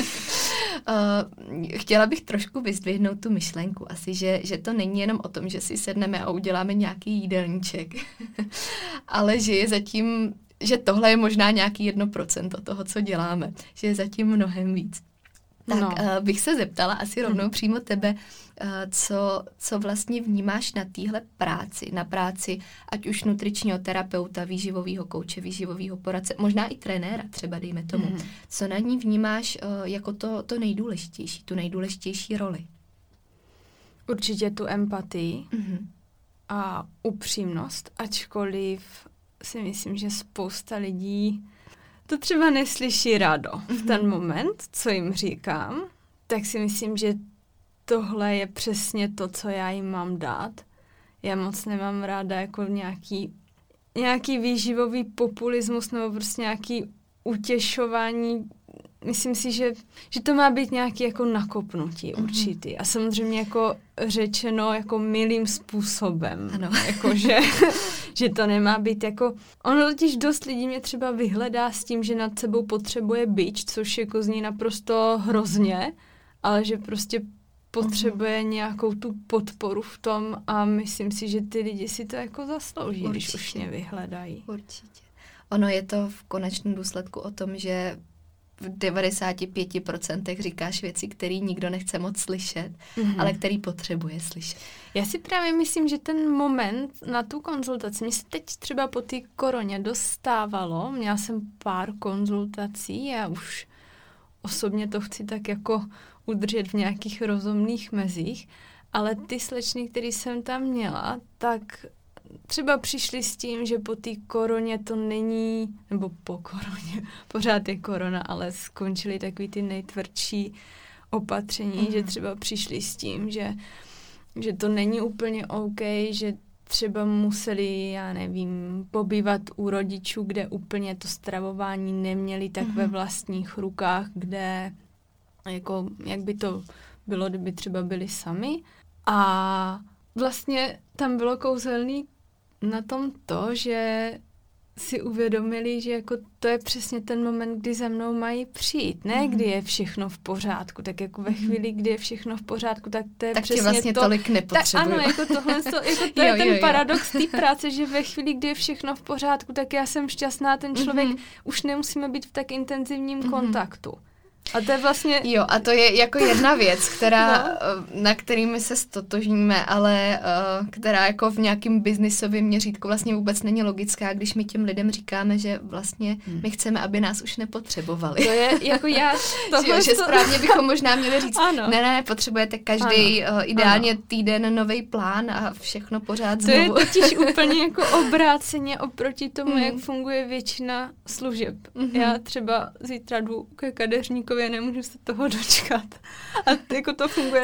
Chtěla bych trošku vyzdvihnout tu myšlenku. Asi, že to není jenom o tom, že si sedneme a uděláme nějaký jídelníček, ale že je zatím, že tohle je možná nějaký 1% toho, co děláme, že je zatím mnohem víc. Tak bych se zeptala asi rovnou přímo tebe, co vlastně vnímáš na téhle práci, na práci ať už nutričního terapeuta, výživového kouče, výživového poradce, možná i trenéra třeba, dejme tomu. Co na ní vnímáš jako to nejdůležitější, tu nejdůležitější roli? Určitě tu empatii a upřímnost, ačkoliv si myslím, že spousta lidí to třeba neslyší rádo v ten moment, co jim říkám, tak si myslím, že tohle je přesně to, co já jim mám dát. Já moc nemám ráda jako nějaký výživový populismus nebo prostě nějaký utěšování. Myslím si, že to má být nějaký jako nakopnutí určitý. A samozřejmě jako řečeno jako milým způsobem. Ano. Jako, že to nemá být jako... Ono totiž dost lidí mě třeba vyhledá s tím, že nad sebou potřebuje bič, což jako zní naprosto hrozně, ale že prostě potřebuje nějakou tu podporu v tom a myslím si, že ty lidi si to jako zaslouží, když už mě vyhledají. Určitě. Ono je to v konečném důsledku o tom, že v 95% říkáš věci, které nikdo nechce moc slyšet, ale který potřebuje slyšet. Já si právě myslím, že ten moment na tu konzultaci, mě se teď třeba po té koroně dostávalo, měla jsem pár konzultací, já už osobně to chci tak jako udržet v nějakých rozumných mezích Ale ty slečny, který jsem tam měla, tak třeba přišli s tím, že po té koroně to není, nebo po koroně, pořád je korona, ale skončily takový ty nejtvrdší opatření, že třeba přišli s tím, že to není úplně OK, že třeba museli, já nevím, pobývat u rodičů, kde úplně to stravování neměli tak ve vlastních rukách, kde jako, jak by to bylo, kdyby třeba byli sami. A vlastně tam bylo kouzelný na tom to, že si uvědomili, že jako to je přesně ten moment, kdy za mnou mají přijít, ne kdy je všechno v pořádku, tak jako ve chvíli, kdy je všechno v pořádku, tak to je tak přesně vlastně to. Tolik nepotřebuju. Ano, jako tohle, jako to je ten paradox té práce, že ve chvíli, kdy je všechno v pořádku, tak já jsem šťastná, ten člověk už nemusíme být v tak intenzivním kontaktu. A to je vlastně... Jo, a to je jako jedna věc, která, na kterými se stotožníme, ale která jako v nějakým biznisovém měřítku vlastně vůbec není logická, když my těm lidem říkáme, že vlastně my chceme, aby nás už nepotřebovali. To je jako já... že správně bychom možná měli říct, ne, potřebujete každý ideálně týden nový plán a všechno pořád znovu. To je totiž úplně jako obráceně oproti tomu, jak funguje většina služeb. Já třeba zítra jdu ke kadeřníkovi, nemůžu se toho dočkat. A jako to funguje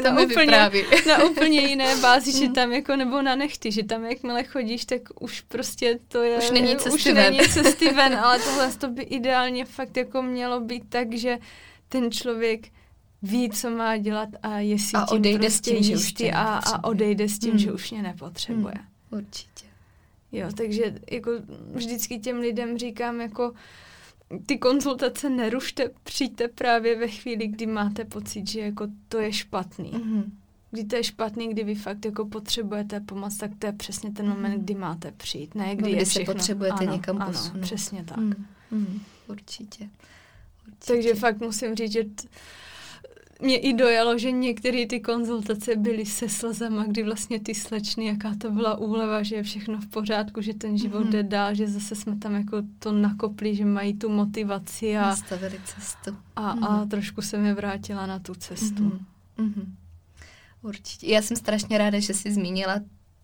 na úplně jiné bázi, že tam jako, nebo na nechty, že tam jakmile chodíš, tak už prostě to je... Už není cesty ven, ale tohle to by ideálně fakt jako mělo být tak, že ten člověk ví, co má dělat a je si tím prostě jistý a odejde s tím, že už mě nepotřebuje. Určitě. Jo, takže jako vždycky těm lidem říkám jako ty konzultace nerušte, přijďte právě ve chvíli, kdy máte pocit, že jako to je špatný. Kdy to je špatný, kdy vy fakt jako potřebujete pomoc, tak to je přesně ten moment, kdy máte přijít. Ne, kdy je se potřebujete někam posunout. Ano, přesně tak. Určitě. Takže fakt musím říct, že mě i dojalo, že některé ty konzultace byly se slzama, kdy vlastně ty slečny, jaká to byla úleva, že je všechno v pořádku, že ten život jde dál, že zase jsme tam jako to nakopli, že mají tu motivaci a nastavili cestu. A trošku jsem je vrátila na tu cestu. Určitě. Já jsem strašně ráda, že jsi zmínila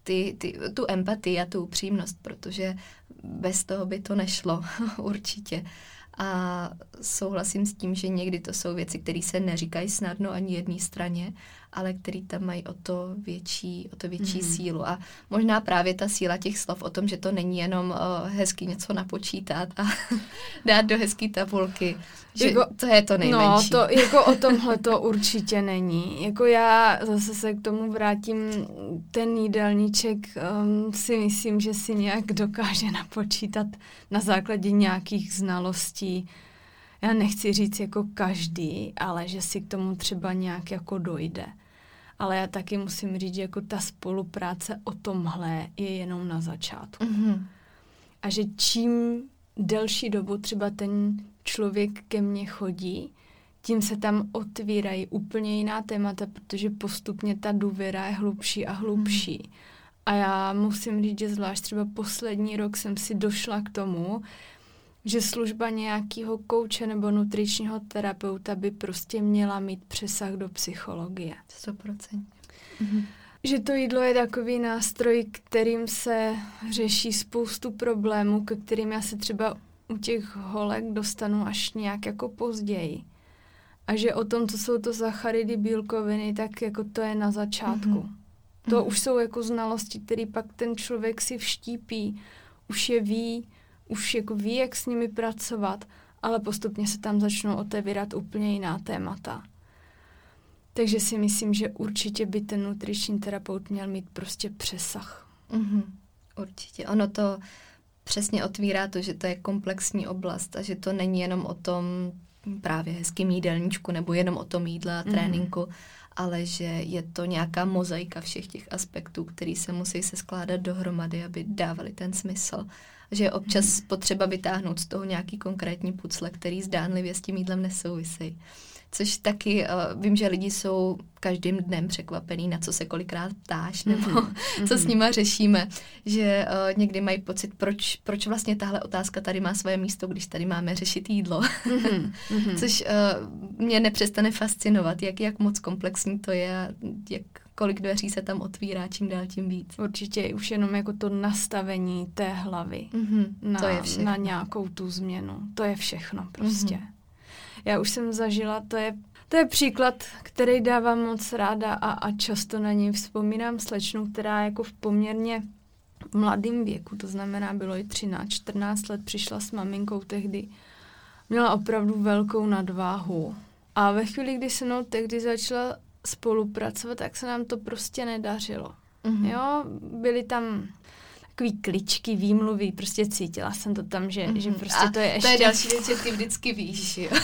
tu empatii a tu upřímnost, protože bez toho by to nešlo. Určitě. A souhlasím s tím, že někdy to jsou věci, které se neříkají snadno ani jedné straně, ale které tam mají o to větší sílu. A možná právě ta síla těch slov o tom, že to není jenom hezky něco napočítat a dát do hezký tabulky, že jako, to je to nejmenší. No, to jako o tomhle to určitě není. Jako já zase se k tomu vrátím, ten jídelníček si myslím, že si nějak dokáže napočítat na základě nějakých znalostí. Já nechci říct jako každý, ale že si k tomu třeba nějak jako dojde. Ale já taky musím říct, že jako ta spolupráce o tomhle je jenom na začátku. A že čím delší dobu třeba ten člověk ke mně chodí, tím se tam otvírají úplně jiná témata, protože postupně ta důvěra je hlubší a hlubší. A já musím říct, že zvlášť třeba poslední rok jsem si došla k tomu, že služba nějakého kouče nebo nutričního terapeuta by prostě měla mít přesah do psychologie. 100%. Že to jídlo je takový nástroj, kterým se řeší spoustu problémů, ke kterým já se třeba u těch holek dostanu až nějak jako později. A že o tom, co jsou to sacharidy, bílkoviny, tak jako to je na začátku. To už jsou jako znalosti, které pak ten člověk si vštípí, už je ví, už jako ví, jak s nimi pracovat, ale postupně se tam začnou otevírat úplně jiná témata. Takže si myslím, že určitě by ten nutriční terapeut měl mít prostě přesah. Určitě. Ono to přesně otvírá to, že to je komplexní oblast a že to není jenom o tom právě hezkým jídelníčku nebo jenom o tom jídle a tréninku, ale že je to nějaká mozaika všech těch aspektů, který se musí se skládat dohromady, aby dávali ten smysl. Že je občas potřeba vytáhnout z toho nějaký konkrétní pucle, který zdánlivě s tím jídlem nesouvisejí. Což taky vím, že lidi jsou každým dnem překvapený, na co se kolikrát ptáš, nebo co s nima řešíme. Že někdy mají pocit, proč vlastně tahle otázka tady má svoje místo, když tady máme řešit jídlo. Což mě nepřestane fascinovat, jak moc komplexní to je a jak kolik dveří se tam otvírá, čím dál tím víc. Určitě už jenom jako to nastavení té hlavy to je na nějakou tu změnu. To je všechno prostě. Já už jsem zažila, to je příklad, který dávám moc ráda a často na něj vzpomínám slečnu, která jako v poměrně mladém věku, to znamená bylo i 13-14 let, přišla s maminkou tehdy, měla opravdu velkou nadváhu. A ve chvíli, kdy se mnou tehdy začala spolupracovat, tak se nám to prostě nedařilo. Jo, byly tam takový kličky, výmluvy, prostě cítila jsem to tam, že prostě to je ještě... To je další věc, že ty vždycky víš, jo.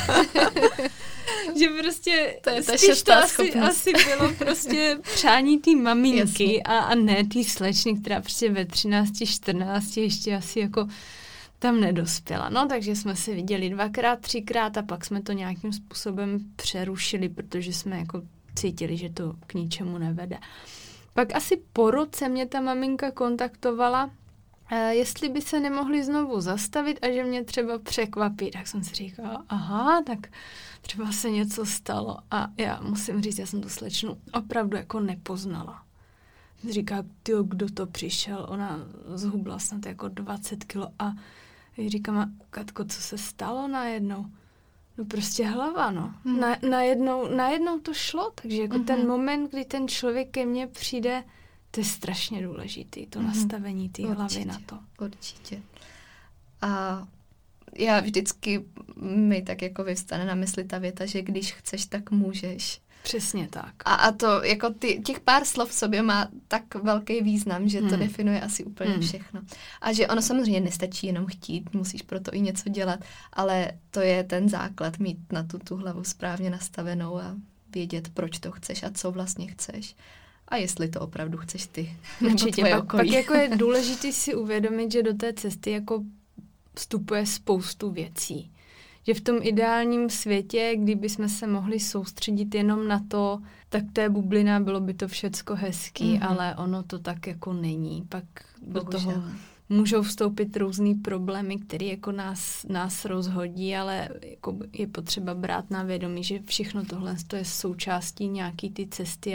Že prostě to je ta šestá schopnost. Asi bylo prostě přání té maminky a ne té slečny, která prostě ve 13, 14 ještě asi jako tam nedospěla. No, takže jsme se viděli 2x, 3x a pak jsme to nějakým způsobem přerušili, protože jsme jako cítili, že to k ničemu nevede. Pak asi po roce mě ta maminka kontaktovala, jestli by se nemohli znovu zastavit a že mě třeba překvapí. Tak jsem si říkala, aha, tak třeba se něco stalo. A já musím říct, já jsem tu slečnu opravdu jako nepoznala. Říká, tyjo, kdo to přišel? Ona zhubla snad jako 20 kilo a říkám, Katko, co se stalo najednou? No prostě hlava, no. Najednou to šlo, takže jako ten moment, kdy ten člověk ke mně přijde, to je strašně důležitý, to nastavení té hlavy na to. Určitě. A já vždycky mi tak jako vyvstane na mysli ta věta, že když chceš, tak můžeš. Přesně tak. A to jako těch pár slov v sobě má tak velký význam, že to definuje asi úplně všechno. A že ono samozřejmě nestačí jenom chtít, musíš pro to i něco dělat, ale to je ten základ, mít na tu hlavu správně nastavenou a vědět, proč to chceš a co vlastně chceš. A jestli to opravdu chceš ty. Určitě. Pak jako je důležité si uvědomit, že do té cesty jako vstupuje spoustu věcí. Že v tom ideálním světě, kdyby jsme se mohli soustředit jenom na to, tak to je bublina, bylo by to všecko hezký, ale ono to tak jako není. Pak do toho můžou vstoupit různý problémy, které jako nás rozhodí, ale jako je potřeba brát na vědomí, že všechno tohle je součástí nějaký ty cesty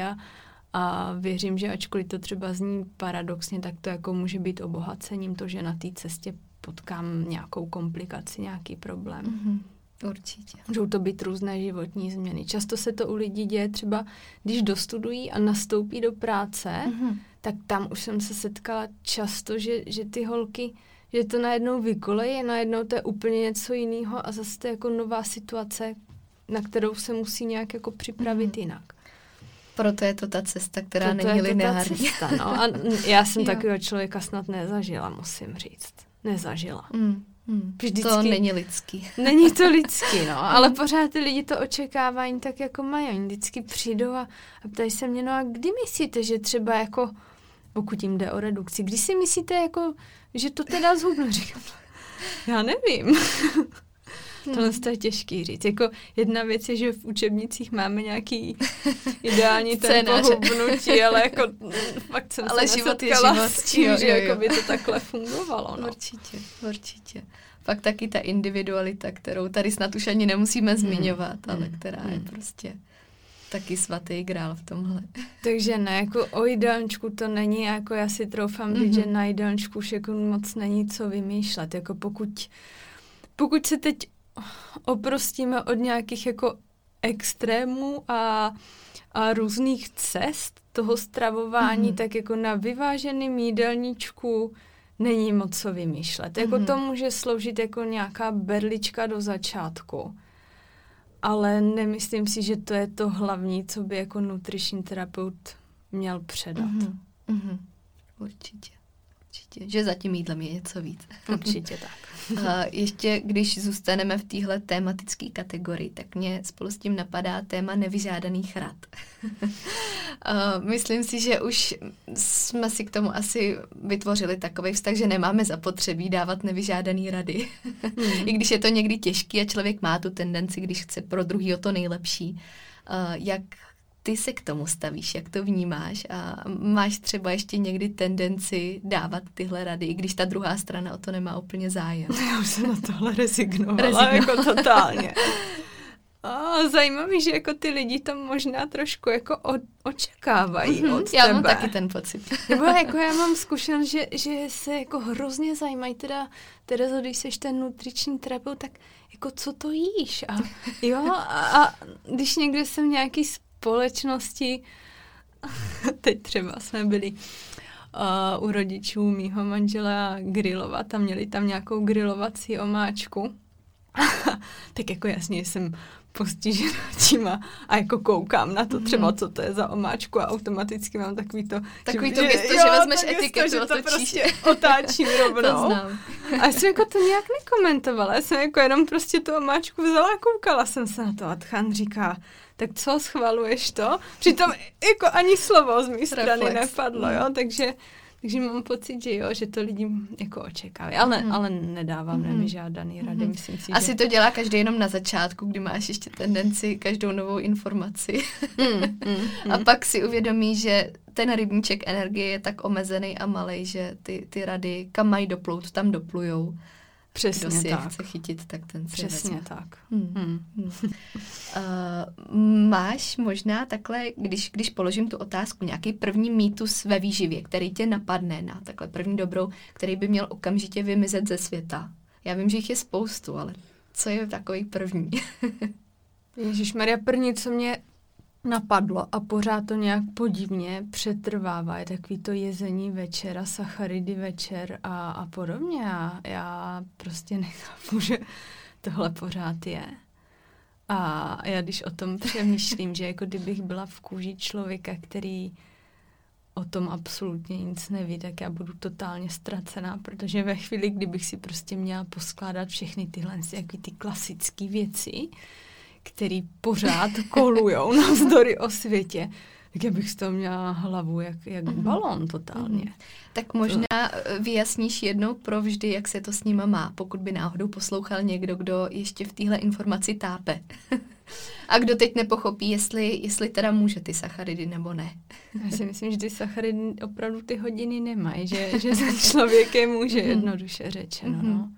a věřím, že ačkoliv to třeba zní paradoxně, tak to jako může být obohacením to, že na té cestě potkám nějakou komplikaci, nějaký problém. Určitě. Můžou to být různé životní změny. Často se to u lidí děje třeba, když dostudují a nastoupí do práce, tak tam už jsem se setkala často, že ty holky, že to najednou vykolejí, najednou to je úplně něco jiného a zase to je jako nová situace, na kterou se musí nějak jako připravit jinak. Proto je to ta cesta, která není lineární. No. A já jsem takového člověka snad nezažila, musím říct. Nezažila. Vždycky, to není lidský. Není to lidský, no, ale pořád ty lidi to očekávání tak jako mají. Oni vždycky přijdou a ptají se mě, no a kdy myslíte, že třeba jako, pokud jim jde o redukci, kdy si myslíte jako, že to teda zhubnu? Říkám, já nevím. Tohle je těžký říct. Jako jedna věc je, že v učebnicích máme nějaký ideální tempo hubnutí, ale jako fakt jsem ale se život nesetkala s tím, že jako by to takhle fungovalo. No. Určitě. Pak taky ta individualita, kterou tady snad už ani nemusíme zmiňovat, ale která je prostě taky svatý grál v tomhle. Takže ne, jako o jídelníčku to není, jako já si troufám říct, že na jídelníčku už jako moc není co vymýšlet. Jako pokud se teď oprostíme od nějakých jako extrémů a různých cest toho stravování, tak jako na vyváženém jídelníčku není moc co vymýšlet. Jako to může sloužit jako nějaká berlička do začátku. Ale nemyslím si, že to je to hlavní, co by jako nutriční terapeut měl předat. Určitě. Že za tím jídlem je něco víc. Určitě tak. Ještě když zůstaneme v téhle tématické kategorii, tak mě spolu s tím napadá téma nevyžádaných rad. Myslím si, že už jsme si k tomu asi vytvořili takový vztah, že nemáme zapotřebí dávat nevyžádaný rady. I když je to někdy těžký a člověk má tu tendenci, když chce pro druhýho to nejlepší. Jak ty se k tomu stavíš, jak to vnímáš a máš třeba ještě někdy tendenci dávat tyhle rady, i když ta druhá strana o to nemá úplně zájem. Já už jsem na tohle rezignovala. Jako totálně. zajímavý, že jako ty lidi tam možná trošku jako očekávají od tebe. Já mám taky ten pocit. Nebo jako já mám zkušenost, že se jako hrozně zajímají teda, Terezo, když seš ten nutriční terapeut, tak jako co to jíš? A když někde jsem v nějaký společnosti, teď třeba jsme byli u rodičů mýho manžela grillovat a měli tam nějakou grilovací omáčku. Tak jako jasně jsem postižená tím a jako koukám na to třeba, co to je za omáčku a automaticky mám takový to gesto, že vezmeš etiketu, že to prostě otáčím rovnou. A jsem jako to nějak nekomentovala, já jsem jako jenom prostě tu omáčku vzala a koukala jsem se na to a Tchan říká, tak co, schvaluješ to? Přitom jako ani slovo z mé strany nepadlo, jo, takže mám pocit, že jo, že to lidi jako očekávají, ale nedávám nevyžádaný rady, myslím si, Asi to dělá každý jenom na začátku, kdy máš ještě tendenci každou novou informaci. A pak si uvědomí, že ten rybníček energie je tak omezený a malej, že ty rady, kam mají doplout, tam doplujou. Přesně kdo si tak. je chce chytit, tak ten si Přesně vezme. tak. Máš možná takhle, když položím tu otázku, nějaký první mýtus ve výživě, který tě napadne na takhle první dobrou, který by měl okamžitě vymizet ze světa? Já vím, že jich je spoustu, ale co je takový první? Ježišmarja, první, co mě napadlo a pořád to nějak podivně přetrvává, je takový to jezení večera, sacharidy večer a podobně. Já prostě nechápu, že tohle pořád je. A já když o tom přemýšlím, že jako kdybych byla v kůži člověka, který o tom absolutně nic neví, tak já budu totálně ztracená, protože ve chvíli, kdybych si prostě měla poskládat všechny tyhle jaký ty klasické věci, který pořád kolujou navzdory o světě, tak já bych z toho měla hlavu jak balón totálně. Tak možná vyjasníš jednou provždy, jak se to s nima má, pokud by náhodou poslouchal někdo, kdo ještě v téhle informaci tápe. A kdo teď nepochopí, jestli teda může ty sacharidy nebo ne. Já si myslím, že ty sacharidy opravdu ty hodiny nemají, že ten člověk je může, jednoduše řečeno.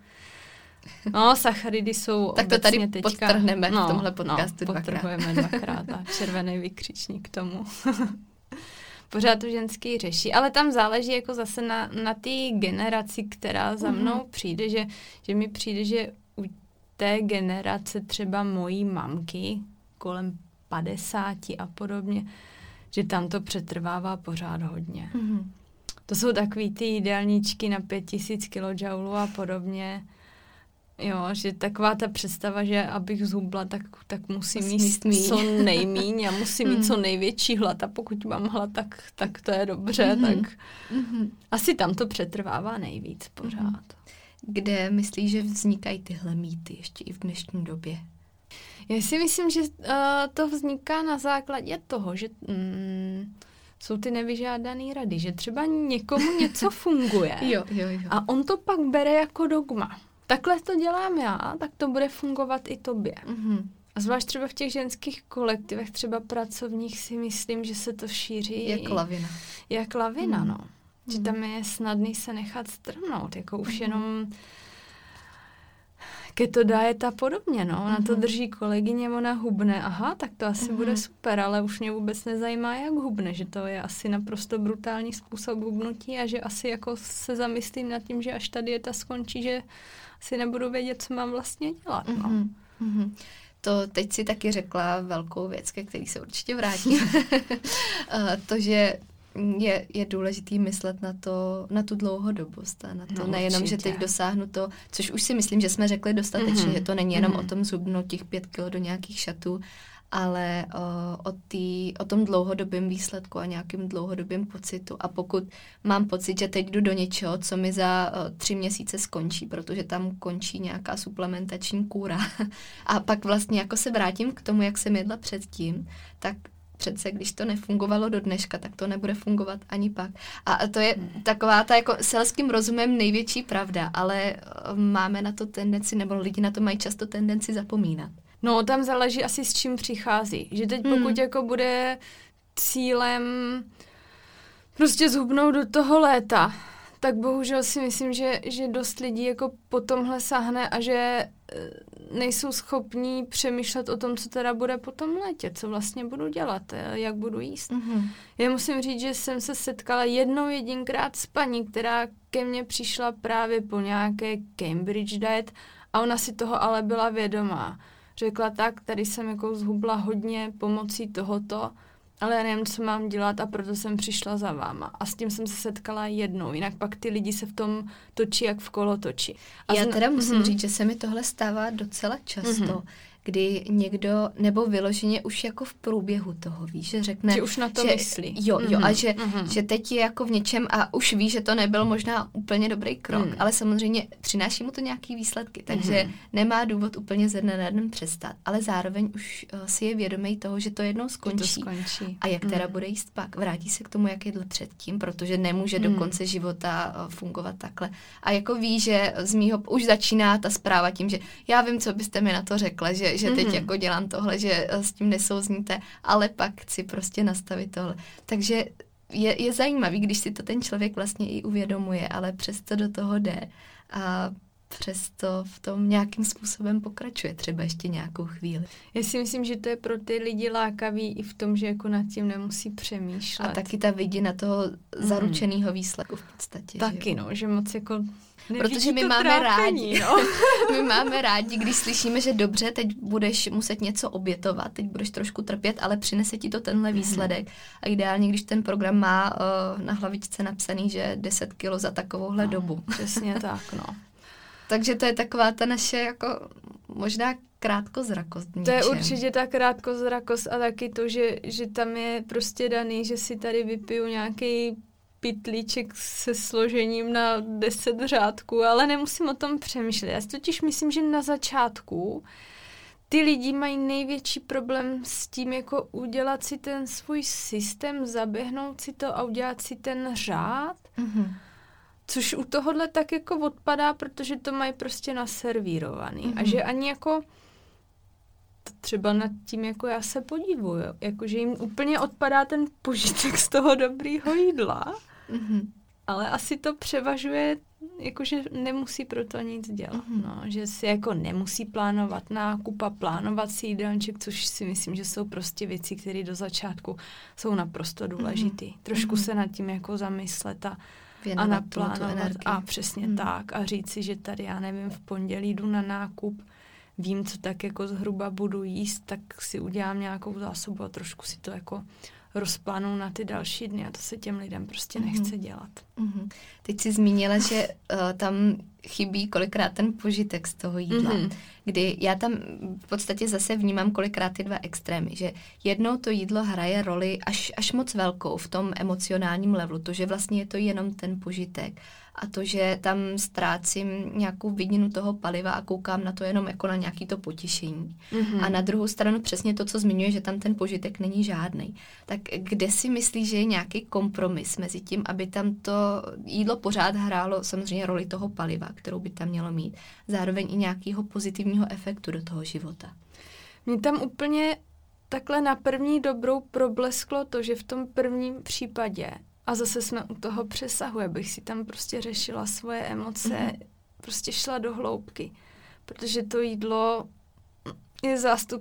No, sacharidy jsou tak to tady teďka, podtrhneme v tomhle podcastu podtrhujeme dvakrát a červený vykřičník k tomu. Pořád to ženský řeší, ale tam záleží jako zase na té generaci, která za mnou přijde, že mi přijde, že u té generace třeba mojí mamky kolem 50 a podobně, že tam to přetrvává pořád hodně. To jsou takový ty jídelníčky na 5000 kJ a podobně. Jo, že taková ta představa, že abych zhubla, tak musím jíst co nejmíň a musím mít co největší hlad a pokud mám hlad, tak to je dobře, tak asi tam to přetrvává nejvíc pořád. Kde myslíš, že vznikají tyhle mýty ještě i v dnešní době? Já si myslím, že to vzniká na základě toho, že jsou ty nevyžádané rady, že třeba někomu něco funguje jo. A on to pak bere jako dogma. Takhle to dělám já, tak to bude fungovat i tobě. A zvlášť třeba v těch ženských kolektivech, třeba pracovních, si myslím, že se to šíří. Jak lavina, no. Že tam je snadný se nechat strhnout, jako už jenom keto diet a podobně, no. Na to drží kolegyně, ona hubne. Aha, tak to asi bude super, ale už mě vůbec nezajímá, jak hubne, že to je asi naprosto brutální způsob hubnutí a že asi jako se zamyslím nad tím, že až ta dieta skončí, že si nebudu vědět, co mám vlastně dělat, no. To teď si taky řekla velkou věc, ke který se určitě vrátím. To, že je důležitý myslet na tu dlouhodobost a na to nejenom, že teď dosáhnu to, což už si myslím, že jsme řekli dostatečně, že to není jenom o tom zhubnout těch 5 kilo do nějakých šatů, ale o tom dlouhodobém výsledku a nějakým dlouhodobým pocitu. A pokud mám pocit, že teď jdu do něčeho, co mi za 3 měsíce skončí, protože tam končí nějaká suplementační kůra a pak vlastně jako se vrátím k tomu, jak jsem jedla předtím, tak přece, když to nefungovalo do dneška, tak to nebude fungovat ani pak. A to je taková ta jako selským rozumem největší pravda, ale máme na to tendenci, nebo lidi na to mají často tendenci zapomínat. No, tam záleží asi s čím přichází. Že teď pokud jako bude cílem prostě zhubnout do toho léta, tak bohužel si myslím, že dost lidí jako po tomhle sáhne a že nejsou schopní přemýšlet o tom, co teda bude po tom létě, co vlastně budu dělat, jak budu jíst. Já musím říct, že jsem se setkala jedinkrát s paní, která ke mně přišla právě po nějaké Cambridge diet a ona si toho ale byla vědomá. Řekla tak, tady jsem jako zhubla hodně pomocí tohoto, ale já nevím, co mám dělat a proto jsem přišla za váma. A s tím jsem se setkala jednou, jinak pak ty lidi se v tom točí, jak v kolotoči. Já teda musím říct, že se mi tohle stává docela často, kdy někdo, nebo vyloženě už jako v průběhu toho ví, že řekne... Že už na to myslí. Jo, a že teď je jako v něčem a už ví, že to nebyl možná úplně dobrý krok, ale samozřejmě přináší mu to nějaký výsledky, takže nemá důvod úplně ze dne na den přestat, ale zároveň už si je vědomý toho, že to jednou skončí. A jak teda bude jíst pak? Vrátí se k tomu, jak jedl předtím, protože nemůže do konce života fungovat takhle. A jako ví, že z mýho už začíná ta zpráva tím, že já vím, co byste mi na to řekla, že teď jako dělám tohle, že s tím nesouzníte, ale pak chci prostě nastavit tohle. Takže je zajímavý, když si to ten člověk vlastně i uvědomuje, ale přesto do toho jde a přesto v tom nějakým způsobem pokračuje třeba ještě nějakou chvíli. Já si myslím, že to je pro ty lidi lákavý i v tom, že jako nad tím nemusí přemýšlet. A taky ta vidina toho zaručeného výsledku v podstatě. Taky, že moc jako... Protože my máme rádi, my máme rádi, když slyšíme, že dobře, teď budeš muset něco obětovat, teď budeš trošku trpět, ale přinese ti to tenhle výsledek. A ideálně, když ten program má na hlavičce napsaný, že 10 kilo za takovouhle dobu. Přesně tak, Takže to je taková ta naše jako možná krátkozrakost. To je určitě ta krátkozrakost a taky to, že tam je prostě daný, že si tady vypiju nějaký pytlíček se složením na 10 řádků, ale nemusím o tom přemýšlet. Já si totiž myslím, že na začátku ty lidi mají největší problém s tím, jako udělat si ten svůj systém, zaběhnout si to a udělat si ten řád, což u tohohle tak jako odpadá, protože to mají prostě naservírovaný. A že ani jako třeba nad tím, jako já se podivuju, jako že jim úplně odpadá ten požitek z toho dobrýho jídla, ale asi to převažuje, jakože nemusí pro to nic dělat, že si jako nemusí plánovat nákup a plánovat si jídelníček, což si myslím, že jsou prostě věci, které do začátku jsou naprosto důležité. Trošku se nad tím jako zamyslet a naplánovat. A přesně tak. A říct si, že tady, já nevím, v pondělí jdu na nákup, vím, co tak jako zhruba budu jíst, tak si udělám nějakou zásobu a trošku si to jako rozplánu na ty další dny a to se těm lidem prostě nechce dělat. Teď jsi zmínila, že tam chybí kolikrát ten požitek z toho jídla, kdy já tam v podstatě zase vnímám kolikrát ty dva extrémy, že jednou to jídlo hraje roli až moc velkou v tom emocionálním levelu, to, že vlastně je to jenom ten požitek a to, že tam ztrácím nějakou vidinu toho paliva a koukám na to jenom jako na nějaký to potěšení. A na druhou stranu přesně to, co zmiňuje, že tam ten požitek není žádnej. Tak kde si myslíš, že je nějaký kompromis mezi tím, aby tam to jídlo pořád hrálo samozřejmě roli toho paliva, kterou by tam mělo mít, zároveň i nějakého pozitivního efektu do toho života? Mně tam úplně takhle na první dobrou problesklo to, že v tom prvním případě, a zase jsme u toho přesahu, abych si tam prostě řešila svoje emoce, prostě šla do hloubky, protože to jídlo je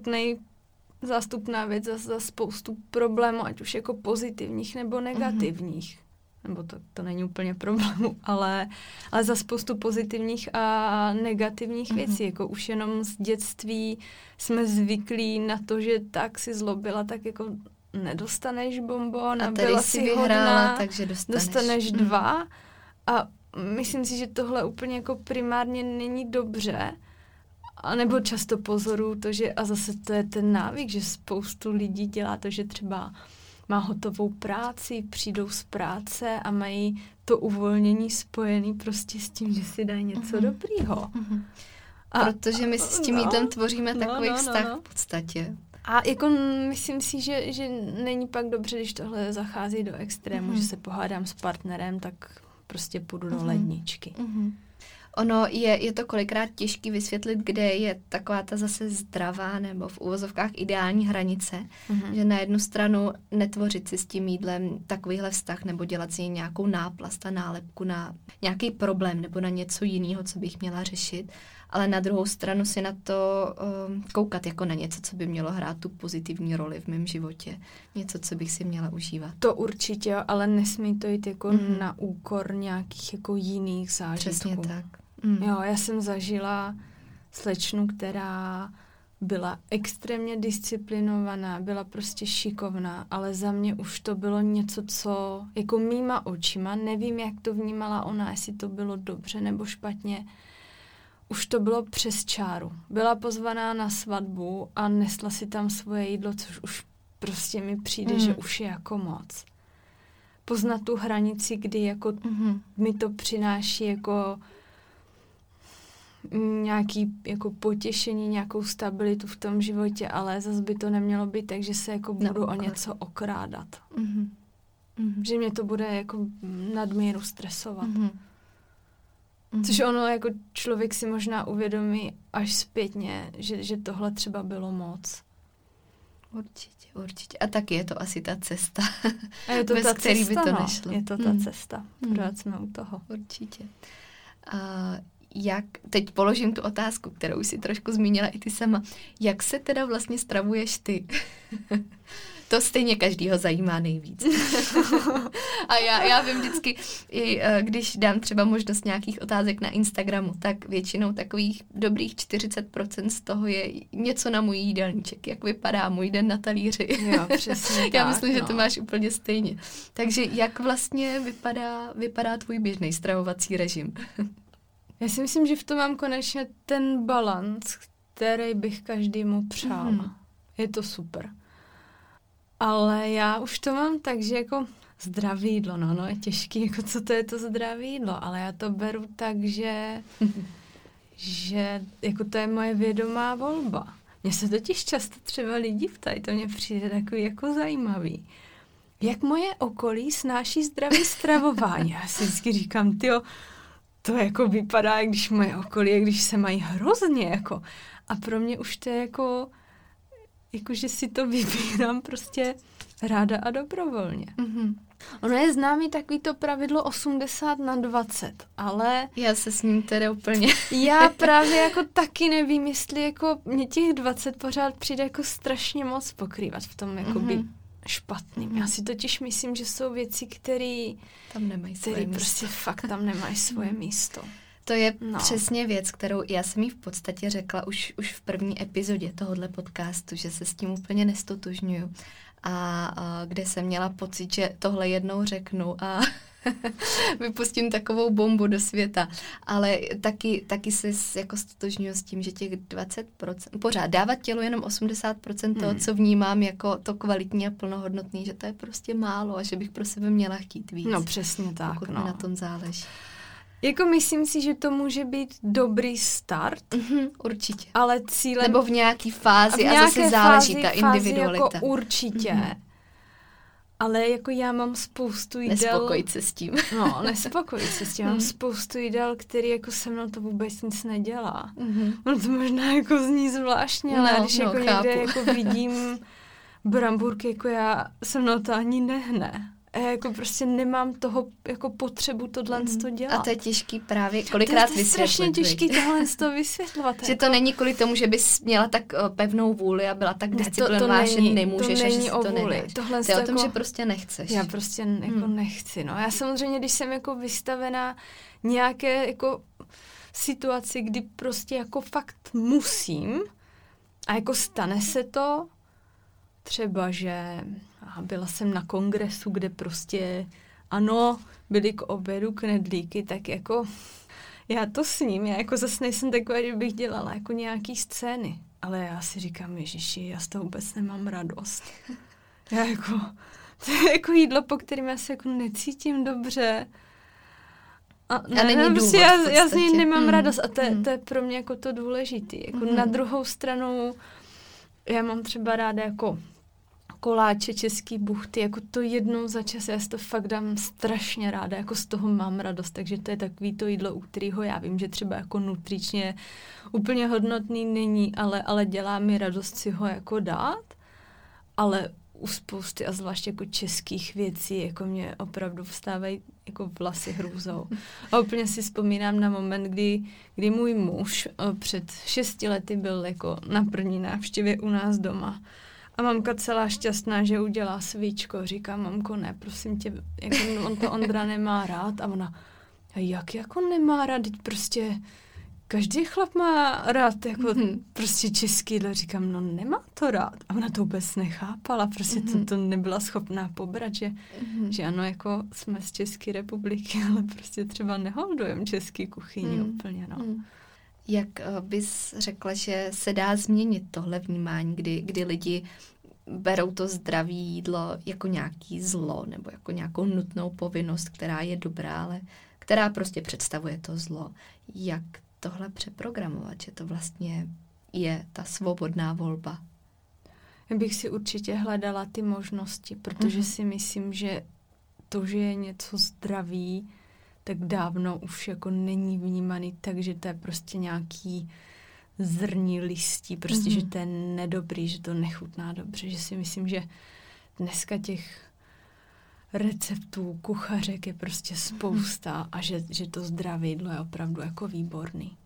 zástupná věc za spoustu problémů, ať už jako pozitivních nebo negativních. Nebo to není úplně problému, ale za spoustu pozitivních a negativních věcí. Jako už jenom z dětství jsme zvyklí na to, že tak si zlobila, tak jako nedostaneš bonbon a byla si vyhrála, takže dostaneš 2. A myslím si, že tohle úplně jako primárně není dobře. A nebo často pozoruju to, že a zase to je ten návyk, že spoustu lidí dělá to, že třeba má hotovou práci, přijdou z práce a mají to uvolnění spojený prostě s tím, že si dají něco dobrýho. Protože my s tím jídlem tvoříme takový vztah v podstatě. A jako myslím si, že není pak dobře, když tohle zachází do extrému, že se pohádám s partnerem, tak prostě půjdu do ledničky. Ono je to kolikrát těžký vysvětlit, kde je taková ta zase zdravá nebo v uvozovkách ideální hranice, že na jednu stranu netvořit si s tím jídlem takovýhle vztah nebo dělat si nějakou náplast a nálepku na nějaký problém nebo na něco jiného, co bych měla řešit, ale na druhou stranu si na to koukat jako na něco, co by mělo hrát tu pozitivní roli v mém životě. Něco, co bych si měla užívat. To určitě, ale nesmí to jít jako na úkor nějakých jako jiných zážitků. Přesně tak. Jo, já jsem zažila slečnu, která byla extrémně disciplinovaná, byla prostě šikovná, ale za mě už to bylo něco, co jako mýma očima, nevím, jak to vnímala ona, jestli to bylo dobře nebo špatně, už to bylo přes čáru. Byla pozvaná na svatbu a nesla si tam svoje jídlo, což už prostě mi přijde, že už je jako moc. Poznat tu hranici, kdy jako mi to přináší jako nějaký jako potěšení, nějakou stabilitu v tom životě, ale zase by to nemělo být tak, že se jako budu o něco okrádat. Že mě to bude jako nadmíru stresovat. Což ono jako člověk si možná uvědomí až zpětně, že tohle třeba bylo moc. Určitě. A taky je to asi ta cesta, a je to bez ta který cesta, by to nešlo. Je to ta cesta. Pořád jsme u toho. Určitě. Teď položím tu otázku, kterou si trošku zmínila i ty sama. Jak se teda vlastně stravuješ ty? To stejně každýho zajímá nejvíc. A já vím vždycky, když dám třeba možnost nějakých otázek na Instagramu, tak většinou takových dobrých 40% z toho je něco na můj jídelníček. Jak vypadá můj den na talíři. Jo, přesně Já myslím, že to máš úplně stejně. Takže jak vlastně vypadá tvůj běžný stravovací režim? Já si myslím, že v tom mám konečně ten balanc, který bych každému přála. Je to super. Ale já už to mám tak, že jako zdravé jídlo, no je těžký, jako co to je to zdravé jídlo, ale já to beru tak, že jako to je moje vědomá volba. Mně se totiž často třeba lidi ptají, to mně přijde takový jako zajímavý. Jak moje okolí snáší zdravé stravování? Já si vždycky říkám, to jako vypadá, když moje okolí, když se mají hrozně, jako. A pro mě už to je jako že si to vybírám prostě ráda a dobrovolně. Ono je známý takový to pravidlo 80/20, ale... Já se s ním teda úplně... Já právě jako taky nevím, jestli jako mě těch 20 pořád přijde jako strašně moc pokrývat v tom jakoby špatným. Já si totiž myslím, že jsou věci, které tam nemají svoje místo. Prostě fakt tam nemají svoje místo. To je přesně věc, kterou já jsem jí v podstatě řekla už v první epizodě tohohle podcastu, že se s tím úplně nestotožňuju. A kde jsem měla pocit, že tohle jednou řeknu a vypustím takovou bombu do světa. Ale taky se jako stotožňuju s tím, že těch 20%, pořád dávat tělu jenom 80% toho, co vnímám jako to kvalitní a plnohodnotný, že to je prostě málo a že bych pro sebe měla chtít víc. No přesně tak, pokud mi na tom záleží. Jako myslím si, že to může být dobrý start. Určitě. Ale cílem... Nebo v nějaký fázi a zase záleží ta individualita. Jako určitě. Ale jako já mám spoustu jídel... Nespokojit se s tím. Nespokojit se s tím. Mám spoustu jídel, který jako se mnou to vůbec nic nedělá. Ono to možná jako zní zvláštně, ale když jako někde jako vidím brambůrky, jako já se mnou to ani nehne. A já jako prostě nemám toho jako potřebu tohle to dělat. A to je těžký právě kolikrát vysvětlit. To je strašně těžký tohle to vysvětlovat. Že to není kvůli tomu, že bys měla tak pevnou vůli a byla tak disciplinovaná, že nemůžeš a že si to nedáš. To je o tom, že prostě nechceš. Já prostě jako nechci. No. Já samozřejmě, když jsem jako vystavená nějaké jako situaci, kdy prostě jako fakt musím a jako stane se to, třeba, že byla jsem na kongresu, kde prostě, ano, byly k obědu knedlíky, tak jako já to sním, já jako zase nejsem taková, že bych dělala jako nějaký scény, ale já si říkám, ježiši, já z toho vůbec nemám radost. Já jako, to je jako jídlo, po kterém já se jako necítím dobře. A není důvod, prostě já z něj nemám radost a to je pro mě jako to důležitý. Jako na druhou stranu, já mám třeba ráda jako koláče český buchty, jako to jednou za čas, já si to fakt dám strašně ráda, jako z toho mám radost, takže to je takový to jídlo, u kterého já vím, že třeba jako nutričně úplně hodnotný není, ale dělá mi radost si ho jako dát, ale u spousty a zvláště jako českých věcí, jako mě opravdu vstávají jako vlasy hrůzou. A úplně si vzpomínám na moment, kdy můj muž před 6 lety byl jako na první návštěvě u nás doma. A mamka celá šťastná, že udělá svíčko. Říká, mamko, ne, prosím tě, jako on to Ondra nemá rád. A ona, a jak jako nemá rád, teď prostě každý chlap má rád jako prostě český jídlo. Říkám, no nemá to rád. A ona to vůbec nechápala, prostě to nebyla schopná pobrat, že ano, jako jsme z České republiky, ale prostě třeba neholdujeme český kuchyni úplně, no. Jak bys řekla, že se dá změnit tohle vnímání, kdy lidi berou to zdravé jídlo jako nějaký zlo nebo jako nějakou nutnou povinnost, která je dobrá, ale která prostě představuje to zlo. Jak tohle přeprogramovat, že to vlastně je ta svobodná volba? Já bych si určitě hledala ty možnosti, protože si myslím, že to, že je něco zdravý, tak dávno už jako není vnímaný, takže to je prostě nějaký zrní listí, prostě, že to je nedobrý, že to nechutná dobře, že si myslím, že dneska těch receptů, kuchařek je prostě spousta a že to zdravé jídlo je opravdu jako výborný.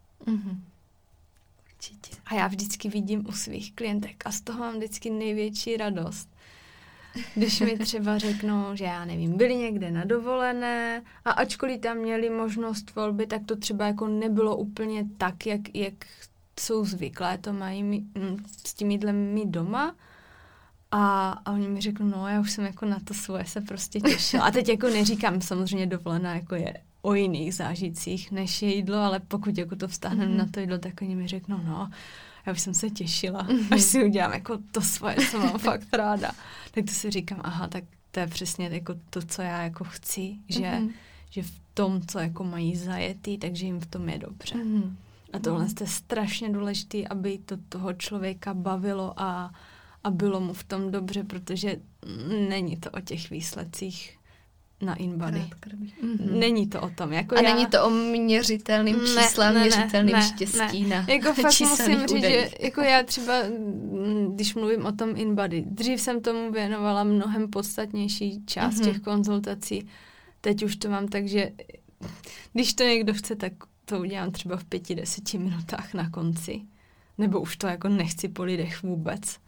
Určitě. A já vždycky vidím u svých klientek a z toho mám vždycky největší radost, když mi třeba řeknou, že já nevím, byli někde na dovolené a ačkoliv tam měli možnost volby, tak to třeba jako nebylo úplně tak, jak jsou zvyklé, to mají s tím jídlem mít doma. A oni mi řeknou, no já už jsem jako na to svoje se prostě těšila. A teď jako neříkám, samozřejmě dovolená jako je o jiných zážitcích než je jídlo, ale pokud jako to vztáhneme na to jídlo, tak oni mi řeknou, no já už jsem se těšila, až si udělám jako to svoje, co mám fakt ráda. Tak to si říkám, aha, tak to je přesně jako to, co já jako chci, že v tom, co jako mají zajetý, takže jim v tom je dobře. A tohle je strašně důležité, aby to toho člověka bavilo a bylo mu v tom dobře, protože není to o těch výsledcích na InBody. Není to o tom. Jako není to o měřitelným číslem, měřitelným štěstí na jako fakt musím říct, že údajích. jako já třeba, když mluvím o tom InBody, dřív jsem tomu věnovala mnohem podstatnější část těch konzultací. Teď už to mám tak, že když to někdo chce, tak to udělám třeba v 5-10 minutách na konci. Nebo už to jako nechci po lidech vůbec.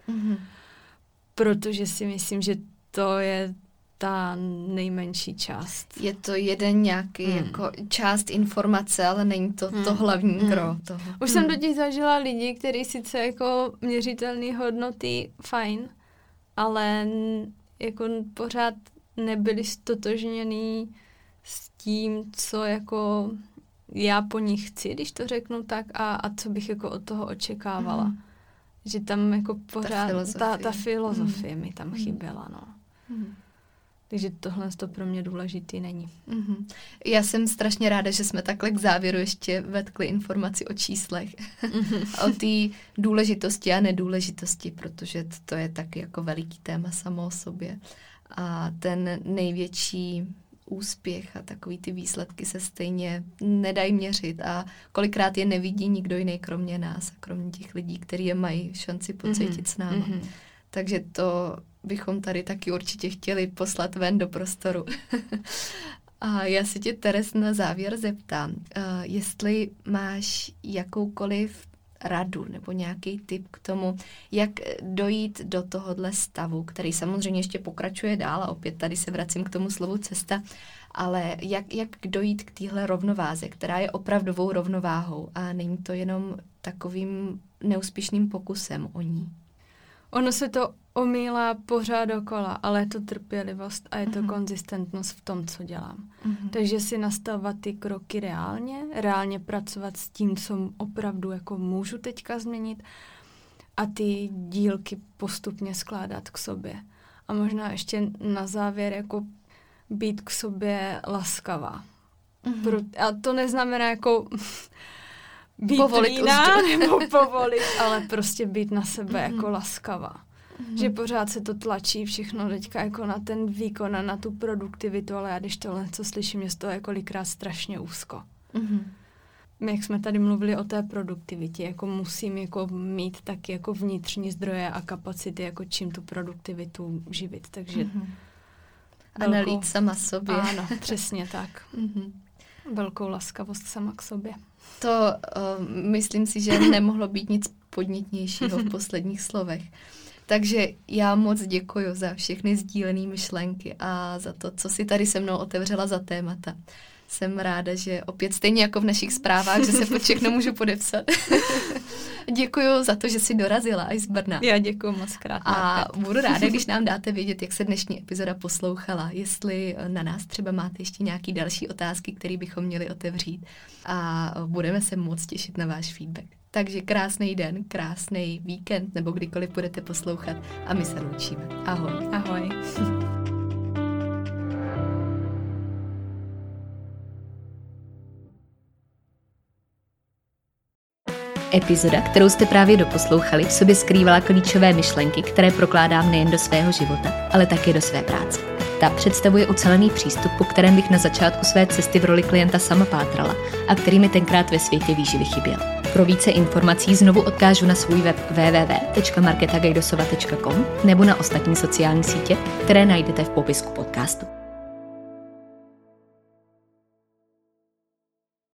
Protože si myslím, že to je ta nejmenší část. Je to jeden nějaký jako část informace, ale není to to hlavní gro toho. Už jsem totiž zažila lidi, kteří sice jako měřitelné hodnoty fajn, ale jako pořád nebyli stotožnění s tím, co jako já po nich chci, když to řeknu tak, a co bych jako od toho očekávala. Že tam jako pořád ta filozofie mi tam chyběla, no. Takže tohle to pro mě důležitý není. Já jsem strašně ráda, že jsme takhle k závěru ještě vetkli informaci o číslech. O té důležitosti a nedůležitosti, protože to je taky jako veliký téma samo o sobě. A ten největší úspěch a takový ty výsledky se stejně nedají měřit a kolikrát je nevidí nikdo jiný kromě nás a kromě těch lidí, kteří je mají šanci pocítit s náma. Takže to bychom tady taky určitě chtěli poslat ven do prostoru. A já se tě, Teres, na závěr zeptám, jestli máš jakoukoliv radu nebo nějaký tip k tomu, jak dojít do tohohle stavu, který samozřejmě ještě pokračuje dál a opět tady se vracím k tomu slovu cesta, ale jak dojít k téhle rovnováze, která je opravdovou rovnováhou a není to jenom takovým neúspěšným pokusem o ní. Ono se to omílá pořád dokola, ale je to trpělivost a je to konzistentnost v tom, co dělám. Takže si nastavovat ty kroky reálně pracovat s tím, co opravdu jako můžu teďka změnit a ty dílky postupně skládat k sobě. A možná ještě na závěr jako být k sobě laskavá. A to neznamená jako být líná nebo povolit, ale prostě být na sebe jako laskavá. Že pořád se to tlačí všechno teďka jako na ten výkon a na tu produktivitu, ale já když tohle co slyším, je z toho kolikrát strašně úzko. My, jak jsme tady mluvili o té produktivitě, jako musím jako mít taky jako vnitřní zdroje a kapacity, jako čím tu produktivitu živit, takže... A nalít sama sobě. Ano, přesně tak. Velkou laskavost sama k sobě. To myslím si, že nemohlo být nic podnětnějšího v posledních slovech. Takže já moc děkuji za všechny sdílené myšlenky a za to, co si tady se mnou otevřela za témata. Jsem ráda, že opět stejně jako v našich zprávách, že se pod všechno můžu podepsat. Děkuji za to, že jsi dorazila až z Brna. Já děkuji moc krát. A budu ráda, když nám dáte vědět, jak se dnešní epizoda poslouchala, jestli na nás třeba máte ještě nějaké další otázky, které bychom měli otevřít a budeme se moc těšit na váš feedback. Takže krásný den, krásný víkend nebo kdykoliv budete poslouchat a my se loučíme. Ahoj. Ahoj. Epizoda, kterou jste právě doposlouchali, v sobě skrývala klíčové myšlenky, které prokládám nejen do svého života, ale také do své práce. Ta představuje ucelený přístup, po kterém bych na začátku své cesty v roli klienta sama pátrala a který mi tenkrát ve světě výživy chyběl. Pro více informací znovu odkážu na svůj web www.marketagajdosova.com nebo na ostatní sociální sítě, které najdete v popisku podcastu.